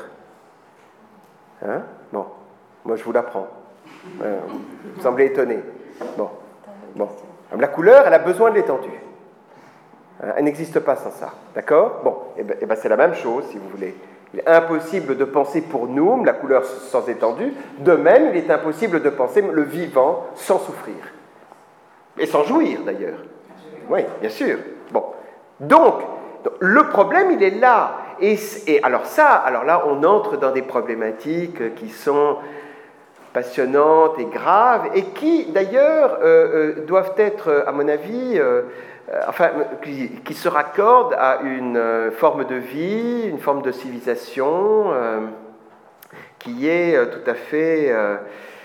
Hein? Bon, moi je vous l'apprends. Euh, vous semblez étonné. Bon. Bon. La couleur, elle a besoin de l'étendue. Hein? Elle n'existe pas sans ça. D'accord? Bon, et ben, et ben c'est la même chose, si vous voulez. Il est impossible de penser pour nous la couleur sans étendue. De même, il est impossible de penser le vivant sans souffrir. Et sans jouir, d'ailleurs. Oui, bien sûr. Bon. Donc, le problème, il est là. Et, et alors ça, alors là, on entre dans des problématiques qui sont passionnantes et graves, et qui, d'ailleurs, euh, euh, doivent être, à mon avis, euh, euh, enfin, qui, qui se raccordent à une euh, forme de vie, une forme de civilisation, euh, qui est euh, tout à fait... Euh,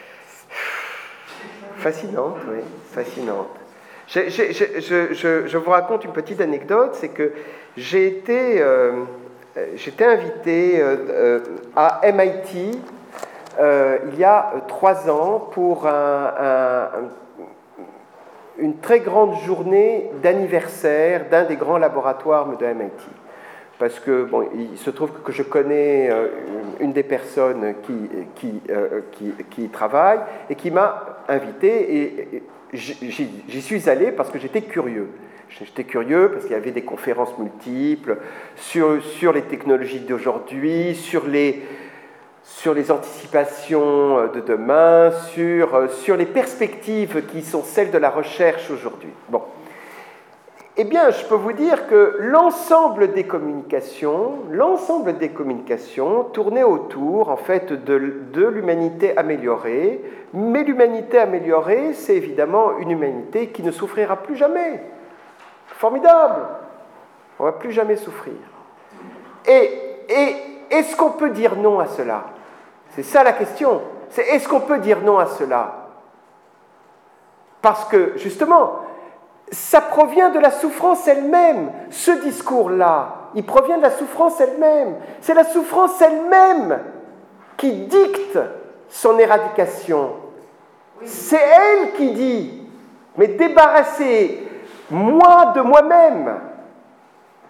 fascinante, oui, fascinante. Je, je, je, je, je vous raconte une petite anecdote, c'est que j'ai été, euh, j'étais invité euh, à M I T euh, il y a trois ans pour un, un, une très grande journée d'anniversaire d'un des grands laboratoires de M I T. Parce que, bon, il se trouve que je connais euh, une des personnes qui, qui, euh, qui, qui y travaille et qui m'a invité, et, et j'y, j'y suis allé parce que j'étais curieux. J'étais curieux parce qu'il y avait des conférences multiples sur, sur les technologies d'aujourd'hui, sur les, sur les anticipations de demain, sur, sur les perspectives qui sont celles de la recherche aujourd'hui. Bon. Eh bien, je peux vous dire que l'ensemble des communications, l'ensemble des communications tournait autour, en fait, de, de l'humanité améliorée. Mais l'humanité améliorée, c'est évidemment une humanité qui ne souffrira plus jamais. Formidable! On ne va plus jamais souffrir. Et, et est-ce qu'on peut dire non à cela? C'est ça la question. C'est est-ce qu'on peut dire non à cela? Parce que, justement, ça provient de la souffrance elle-même. Ce discours-là, il provient de la souffrance elle-même. C'est la souffrance elle-même qui dicte son éradication. C'est elle qui dit, mais débarrassez-moi de moi-même.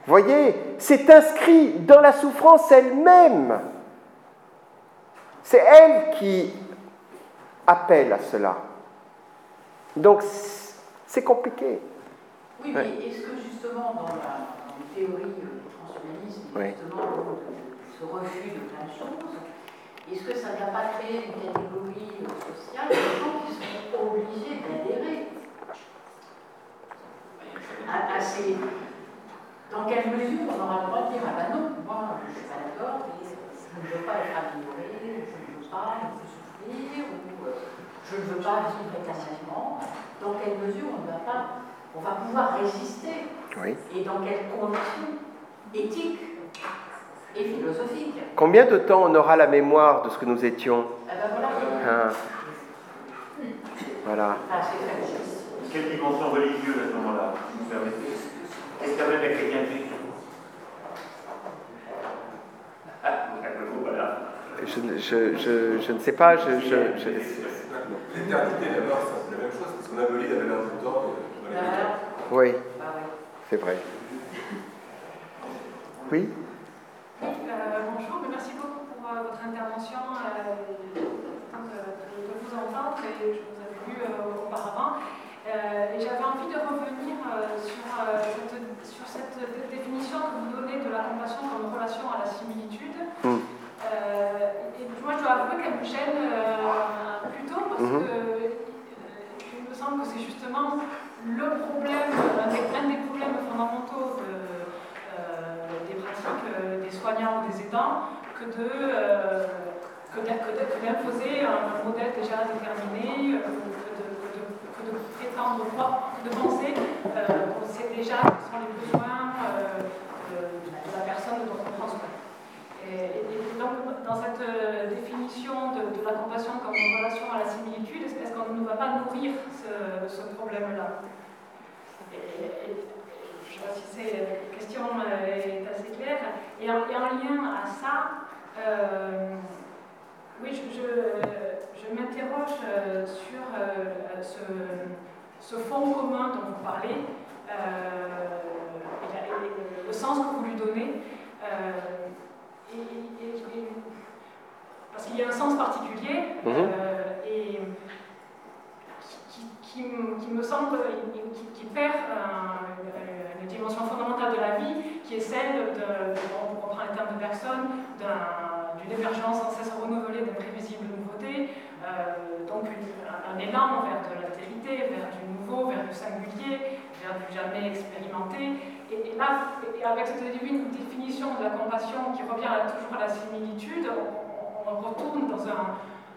voyez, c'est inscrit dans la souffrance elle-même. C'est elle qui appelle à cela. Donc, c'est compliqué. Oui, mais ouais. Est-ce que justement, dans la, dans la théorie du transhumanisme, oui. justement, ce refus de plein de choses, est-ce que ça n'a pas créé une catégorie sociale de gens qui sont obligés d'adhérer à, à ces... Dans quelle mesure on aura le droit de dire « Ah ben non, moi je ne suis pas d'accord, mais je ne veux pas être amélioré, je ne veux pas me souffrir, ou je ne veux pas vivre éternellement ». Dans quelle mesure on ne va pas, on va pouvoir résister, oui. Et dans quelles conditions éthiques et philosophiques. Combien de temps on aura la mémoire de ce que nous étions? Ah ben voilà. Hein. Voilà. Ah, c'est très bien. Quelle dimension religieuse à ce moment-là, si vous permettez? Est-ce qu'il y avait la chrétienté? Ah, voilà. Je, je, je, je ne sais pas, je... je, je... L'éternité et la mort, c'est la même chose, parce qu'on abolit la valeur du temps. Oui, c'est vrai. Oui? Oui, euh, bonjour, merci beaucoup pour euh, votre intervention. Euh, de, de vous entendre, et je vous avais lu euh, auparavant. Euh, et j'avais envie de revenir euh, sur, euh, cette, sur cette définition que vous donnez de la compassion comme relation à la similitude. Mm. Euh, et moi, je dois avouer qu'elle me gêne euh, plutôt parce mm-hmm. que euh, il me semble que c'est justement le problème, un des, un des problèmes fondamentaux de, euh, des pratiques euh, des soignants ou des aidants que de euh, que d'imposer un modèle déjà déterminé, que de, que de, que de prétendre, que de penser euh, qu'on sait déjà quels sont les besoins euh, de, de la personne dont on prend soin. Et, et donc, dans cette euh, définition de, de la compassion comme une relation à la similitude, est-ce qu'on ne va pas nourrir ce, ce problème-là? Et, et, je ne sais pas si cette question est assez claire. Et en, et en lien à ça, euh, oui, je, je, je m'interroge sur euh, ce, ce fond commun dont vous parlez, euh, et, et le sens que vous lui donnez. Euh, et, et, et, parce qu'il y a un sens particulier, mmh. euh, et qui, qui, qui me semble, qui, qui perd un, une, une dimension fondamentale de la vie, qui est celle, de, de, on reprend les termes de Bergson, d'une émergence sans cesse renouvelée d'imprévisibles nouveautés, euh, donc une, un, un élan vers de l'altérité, vers du nouveau, vers du singulier, vers du jamais expérimenté. Et, et là, et avec cette définition de la compassion qui revient à, toujours à la similitude, on, on retourne dans un...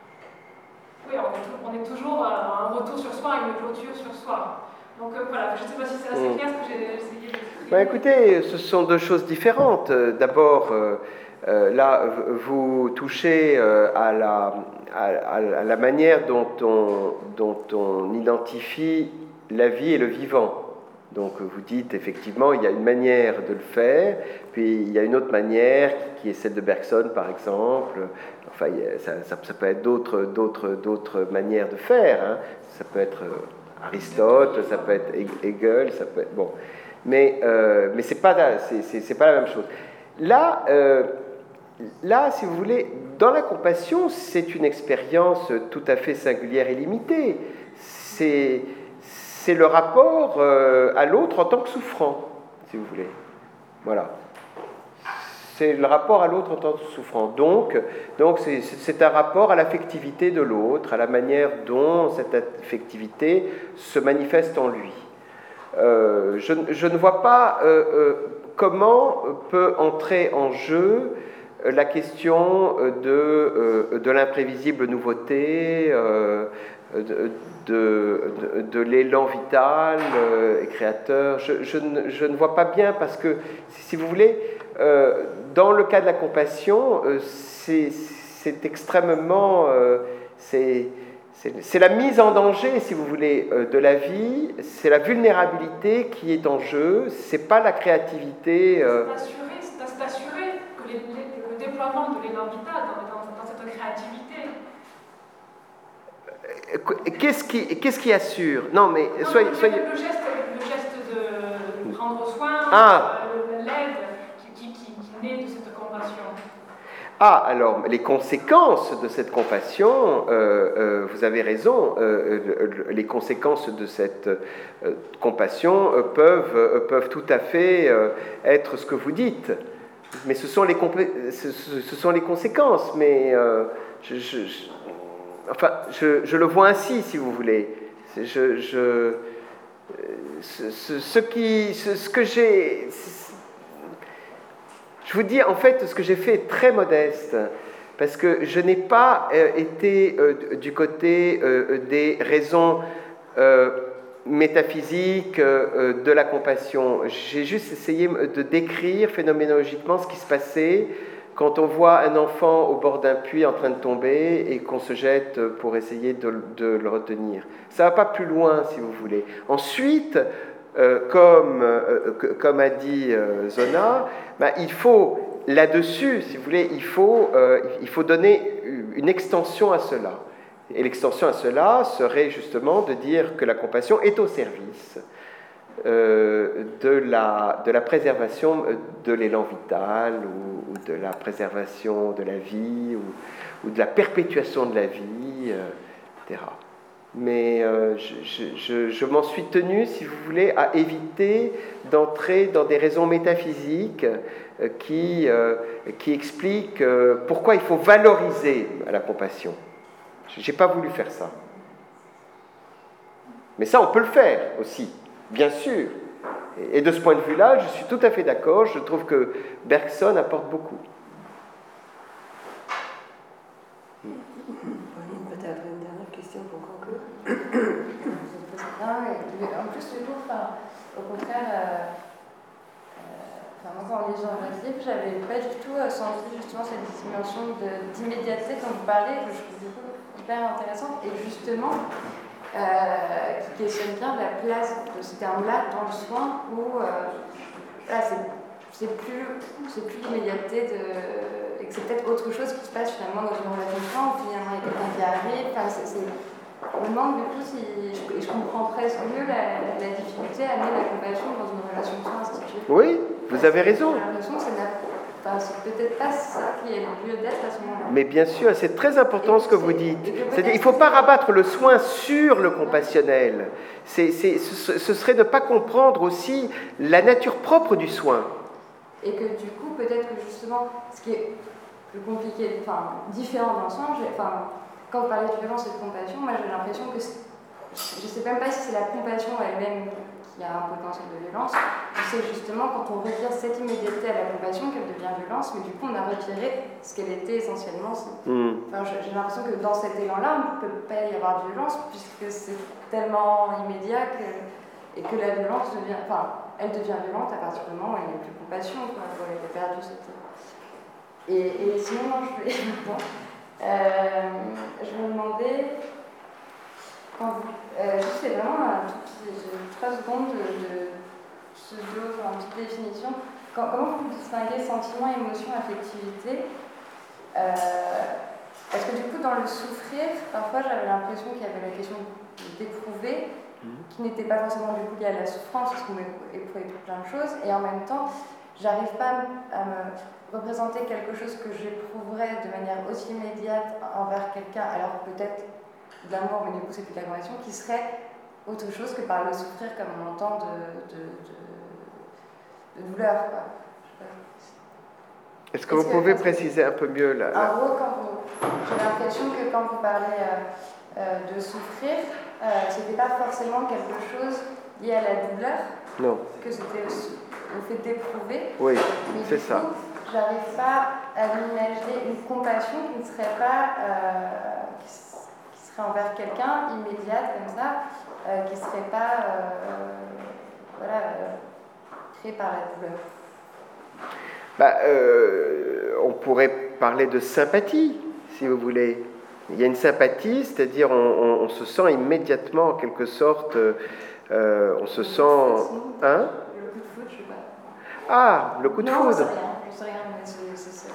Oui, on est toujours à un retour sur soi et une clôture sur soi. Donc euh, voilà, je ne sais pas si c'est assez clair ce que j'ai essayé de... Ben, écoutez, ce sont deux choses différentes. D'abord, euh, euh, là, vous touchez euh, à, la, à, à la manière dont on, dont on identifie la vie et le vivant. Donc vous dites effectivement, il y a une manière de le faire, puis il y a une autre manière qui est celle de Bergson par exemple. Enfin, ça, ça, ça peut être d'autres, d'autres, d'autres manières de faire. Hein. Ça peut être Aristote, ça peut être Hegel, ça peut être bon. Mais euh, mais c'est pas c'est, c'est, c'est pas la même chose. Là euh, là, si vous voulez, dans la compassion, c'est une expérience tout à fait singulière et limitée. C'est C'est le rapport euh, à l'autre en tant que souffrant, si vous voulez. Voilà. C'est le rapport à l'autre en tant que souffrant. Donc, donc c'est, c'est un rapport à l'affectivité de l'autre, à la manière dont cette affectivité se manifeste en lui. Euh, je, je ne vois pas euh, euh, comment peut entrer en jeu la question de, euh, de l'imprévisible nouveauté, euh, de, de, de, de l'élan vital euh, et créateur. Je, je, ne, je ne vois pas bien parce que, si vous voulez, euh, dans le cas de la compassion, euh, c'est, c'est extrêmement... Euh, c'est, c'est, c'est la mise en danger, si vous voulez, euh, de la vie, c'est la vulnérabilité qui est en jeu, c'est pas la créativité... Euh... C'est assurer, c'est d'assurer que les, les, le déploiement de l'élan vital dans, dans, dans cette créativité... Qu'est-ce qui, qu'est-ce qui assure? Non, mais non, soyez... Le, soyez... le, geste, le geste de prendre soin, ah. euh, l'aide, Ah, alors, les conséquences de cette compassion, euh, euh, vous avez raison, euh, les conséquences de cette euh, compassion euh, peuvent, euh, peuvent tout à fait euh, être ce que vous dites. Mais ce sont les, ce, ce sont les conséquences, mais euh, je, je, je, enfin, je, je le vois ainsi, si vous voulez. Je, je, ce, ce, ce, qui, ce, ce que j'ai... Je vous dis, en fait, ce que j'ai fait est très modeste, parce que je n'ai pas euh, été euh, du côté euh, des raisons euh, métaphysiques euh, de la compassion. J'ai juste essayé de décrire phénoménologiquement ce qui se passait quand on voit un enfant au bord d'un puits en train de tomber et qu'on se jette pour essayer de, de le retenir. Ça ne va pas plus loin, si vous voulez. Ensuite, euh, comme, euh, comme a dit euh, Zona, ben, il faut, là-dessus, si vous voulez, il faut, euh, il faut donner une extension à cela. Et l'extension à cela serait justement de dire que la compassion est au service euh, de, la, de la préservation de l'élan vital ou, ou de la préservation de la vie ou, ou de la perpétuation de la vie, euh, et cetera. Mais euh, je, je, je m'en suis tenu, si vous voulez, à éviter d'entrer dans des raisons métaphysiques euh, qui, euh, qui expliquent euh, pourquoi il faut valoriser la compassion. Je n'ai pas voulu faire ça. Mais ça, on peut le faire aussi, bien sûr. Et de ce point de vue-là, je suis tout à fait d'accord. Je trouve que Bergson apporte beaucoup. Peut-être une dernière question pour conclure. En plus, du coup, enfin, au contraire, euh, euh, enfin, moi, quand on lisant votre livre, j'avais pas du tout euh, senti justement cette dimension de, d'immédiateté dont vous parlez, que je trouve du coup hyper intéressante, et justement, euh, qui questionne bien la place de ce terme-là dans le soin, où euh, là, c'est, c'est plus, c'est plus l'immédiateté de, et que c'est peut-être autre chose qui se passe finalement dans une relation de soin, où finalement il y a quelqu'un qui arrive, enfin, c'est, c'est je me demande du coup si je, je comprends presque mieux la, la difficulté à amener la compassion dans une relation de soins instituée. Oui, vous avez raison. J'ai l'impression que c'est, enfin, c'est peut-être pas ça qui est le lieu d'être à ce moment-là. Mais bien sûr, c'est très important ce que vous dites. C'est-à-dire, il ne faut pas rabattre le soin sur le compassionnel. C'est, c'est, ce, ce serait ne pas comprendre aussi la nature propre du soin. Et que du coup, peut-être que justement, ce qui est plus compliqué, enfin, différent dans le soin, enfin, quand vous parlez de violence et de compassion, moi j'ai l'impression que, je ne sais même pas si c'est la compassion elle-même qui a un potentiel de violence, c'est justement quand on retire cette immédiateté à la compassion qu'elle devient violence, mais du coup on a retiré ce qu'elle était essentiellement. Mm. Enfin, j'ai l'impression que dans cet élan-là, on ne peut pas y avoir de violence, puisque c'est tellement immédiat que, et que la violence devient, enfin, elle devient violente à partir du moment où il n'y a plus de compassion, quoi, où elle a perdu cette... Et, et sinon, moi je vais... Euh, je me demandais, quand vous, euh, c'est vraiment un tout petit, j'ai trois secondes de, de pseudo, enfin, une petite définition. Quand, comment vous distinguez sentiment, émotion, affectivité euh, Parce que du coup, dans le souffrir, parfois j'avais l'impression qu'il y avait la question d'éprouver, qui n'était pas forcément du coup liée à la souffrance, parce qu'on éprouvait plein de choses, et en même temps, j'arrive pas à me représenter quelque chose que j'éprouverais de manière aussi immédiate envers quelqu'un, alors peut-être de l'amour, mais du coup c'est plus de la compassion, qui serait autre chose que par le souffrir comme on entend de, de, de, de douleur. Quoi. Est-ce que Est-ce vous que, pouvez préciser un peu mieux là, là. En gros, quand vous, j'ai l'impression que quand vous parlez euh, euh, de souffrir, euh, c'était pas forcément quelque chose lié à la douleur, non. Que c'était le fait d'éprouver. Oui, mais c'est du ça. Coup, j'arrive pas à m'imaginer une compassion qui ne serait pas, euh, qui, qui serait envers quelqu'un immédiate comme ça, euh, qui serait pas, euh, voilà, euh, créée par la douleur. Bah, euh, on pourrait parler de sympathie, si vous voulez. Il y a une sympathie, c'est-à-dire on, on, on se sent immédiatement, en quelque sorte, euh, on se sent... Hein ? Le coup de foudre, je sais pas. Ah, le coup de non, foudre. Non, je sais rien, je sais rien, mais c'est, c'est ça.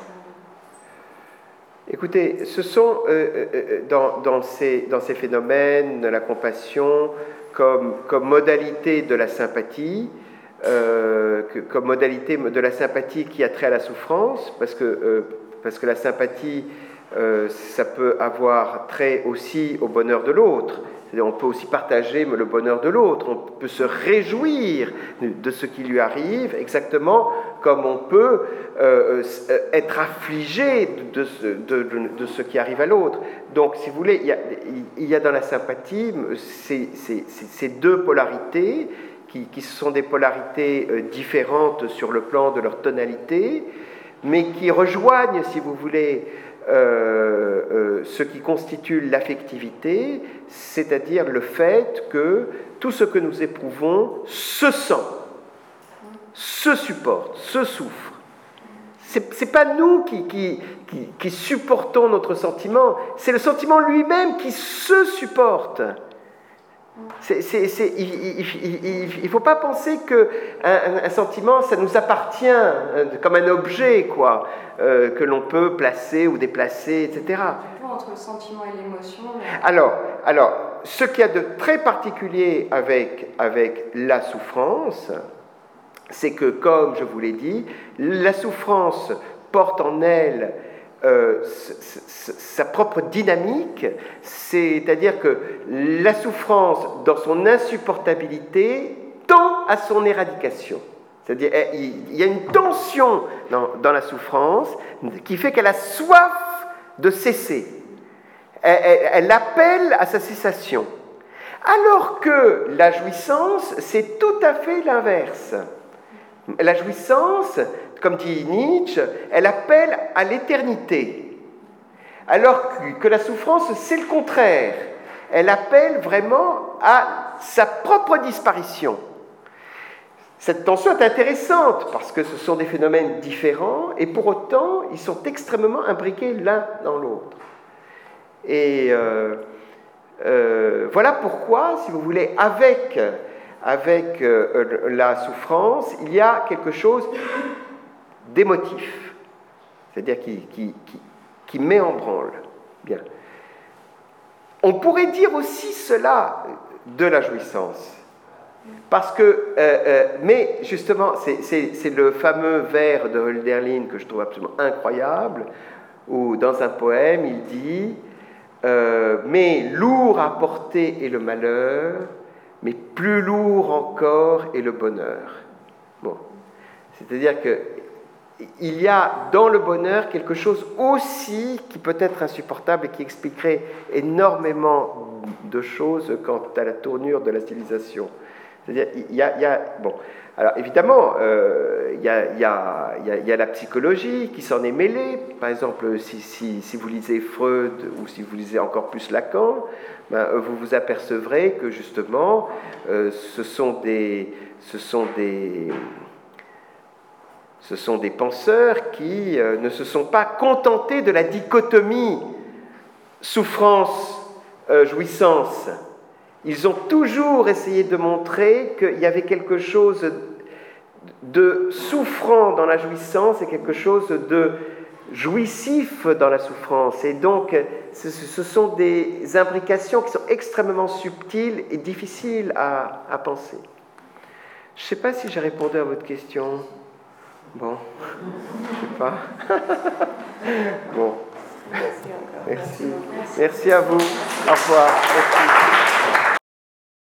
Écoutez, ce sont euh, euh, dans, dans, ces, dans ces phénomènes, la compassion comme, comme modalité de la sympathie, euh, que, comme modalité de la sympathie qui a trait à la souffrance, parce que, euh, parce que la sympathie, euh, ça peut avoir trait aussi au bonheur de l'autre. C'est-à-dire, on peut aussi partager le bonheur de l'autre, on peut se réjouir de ce qui lui arrive, exactement comme on peut euh, être affligé de ce, de, de, de ce qui arrive à l'autre. Donc, si vous voulez, il y a, il y a dans la sympathie ces, ces, ces deux polarités, qui, qui sont des polarités euh, différentes sur le plan de leur tonalité, mais qui rejoignent, si vous voulez, Euh, euh, ce qui constitue l'affectivité, c'est-à-dire le fait que tout ce que nous éprouvons se sent, se supporte, se souffre. Ce n'est pas nous qui, qui, qui, qui supportons notre sentiment, c'est le sentiment lui-même qui se supporte. C'est, c'est, c'est, il ne faut pas penser qu'un un, un sentiment, ça nous appartient euh, comme un objet, quoi, euh, que l'on peut placer ou déplacer, et cetera. Du coup, entre le sentiment et l'émotion... Alors, alors, ce qu'il y a de très particulier avec, avec la souffrance, c'est que, comme je vous l'ai dit, la souffrance porte en elle Euh, sa propre dynamique, c'est-à-dire que la souffrance, dans son insupportabilité, tend à son éradication. C'est-à-dire il y a une tension dans, dans la souffrance qui fait qu'elle a soif de cesser. Elle, elle, elle appelle à sa cessation. Alors que la jouissance, c'est tout à fait l'inverse. La jouissance, comme dit Nietzsche, elle appelle à l'éternité. Alors que la souffrance, c'est le contraire. Elle appelle vraiment à sa propre disparition. Cette tension est intéressante parce que ce sont des phénomènes différents et pour autant, ils sont extrêmement imbriqués l'un dans l'autre. Et euh, euh, voilà pourquoi, si vous voulez, avec... avec euh, la souffrance, il y a quelque chose d'émotif, c'est-à-dire qui, qui, qui, qui met en branle. Bien. On pourrait dire aussi cela de la jouissance, parce que, euh, euh, mais justement, c'est, c'est, c'est le fameux vers de Hölderlin que je trouve absolument incroyable, où dans un poème, il dit euh, « Mais lourd à porter est le malheur, mais plus lourd encore est le bonheur. » Bon. C'est-à-dire qu'il y a dans le bonheur quelque chose aussi qui peut être insupportable et qui expliquerait énormément de choses quant à la tournure de la civilisation. C'est-à-dire, il y a... Il y a bon. Alors, évidemment, euh, il, y a, il, y a, il, y a, il y a la psychologie qui s'en est mêlée. Par exemple, si, si, si vous lisez Freud ou si vous lisez encore plus Lacan, ben, vous vous apercevrez que, justement, euh, ce sont des... Ce sont des Ce sont des penseurs qui euh, ne se sont pas contentés de la dichotomie souffrance-jouissance. Euh, Ils ont toujours essayé de montrer qu'il y avait quelque chose de souffrant dans la jouissance et quelque chose de jouissif dans la souffrance. Et donc, ce, ce sont des imbrications qui sont extrêmement subtiles et difficiles à, à penser. Je ne sais pas si j'ai répondu à votre question. Bon, je ne sais pas. Bon. Merci encore. Merci. Merci à vous. Au revoir. Merci.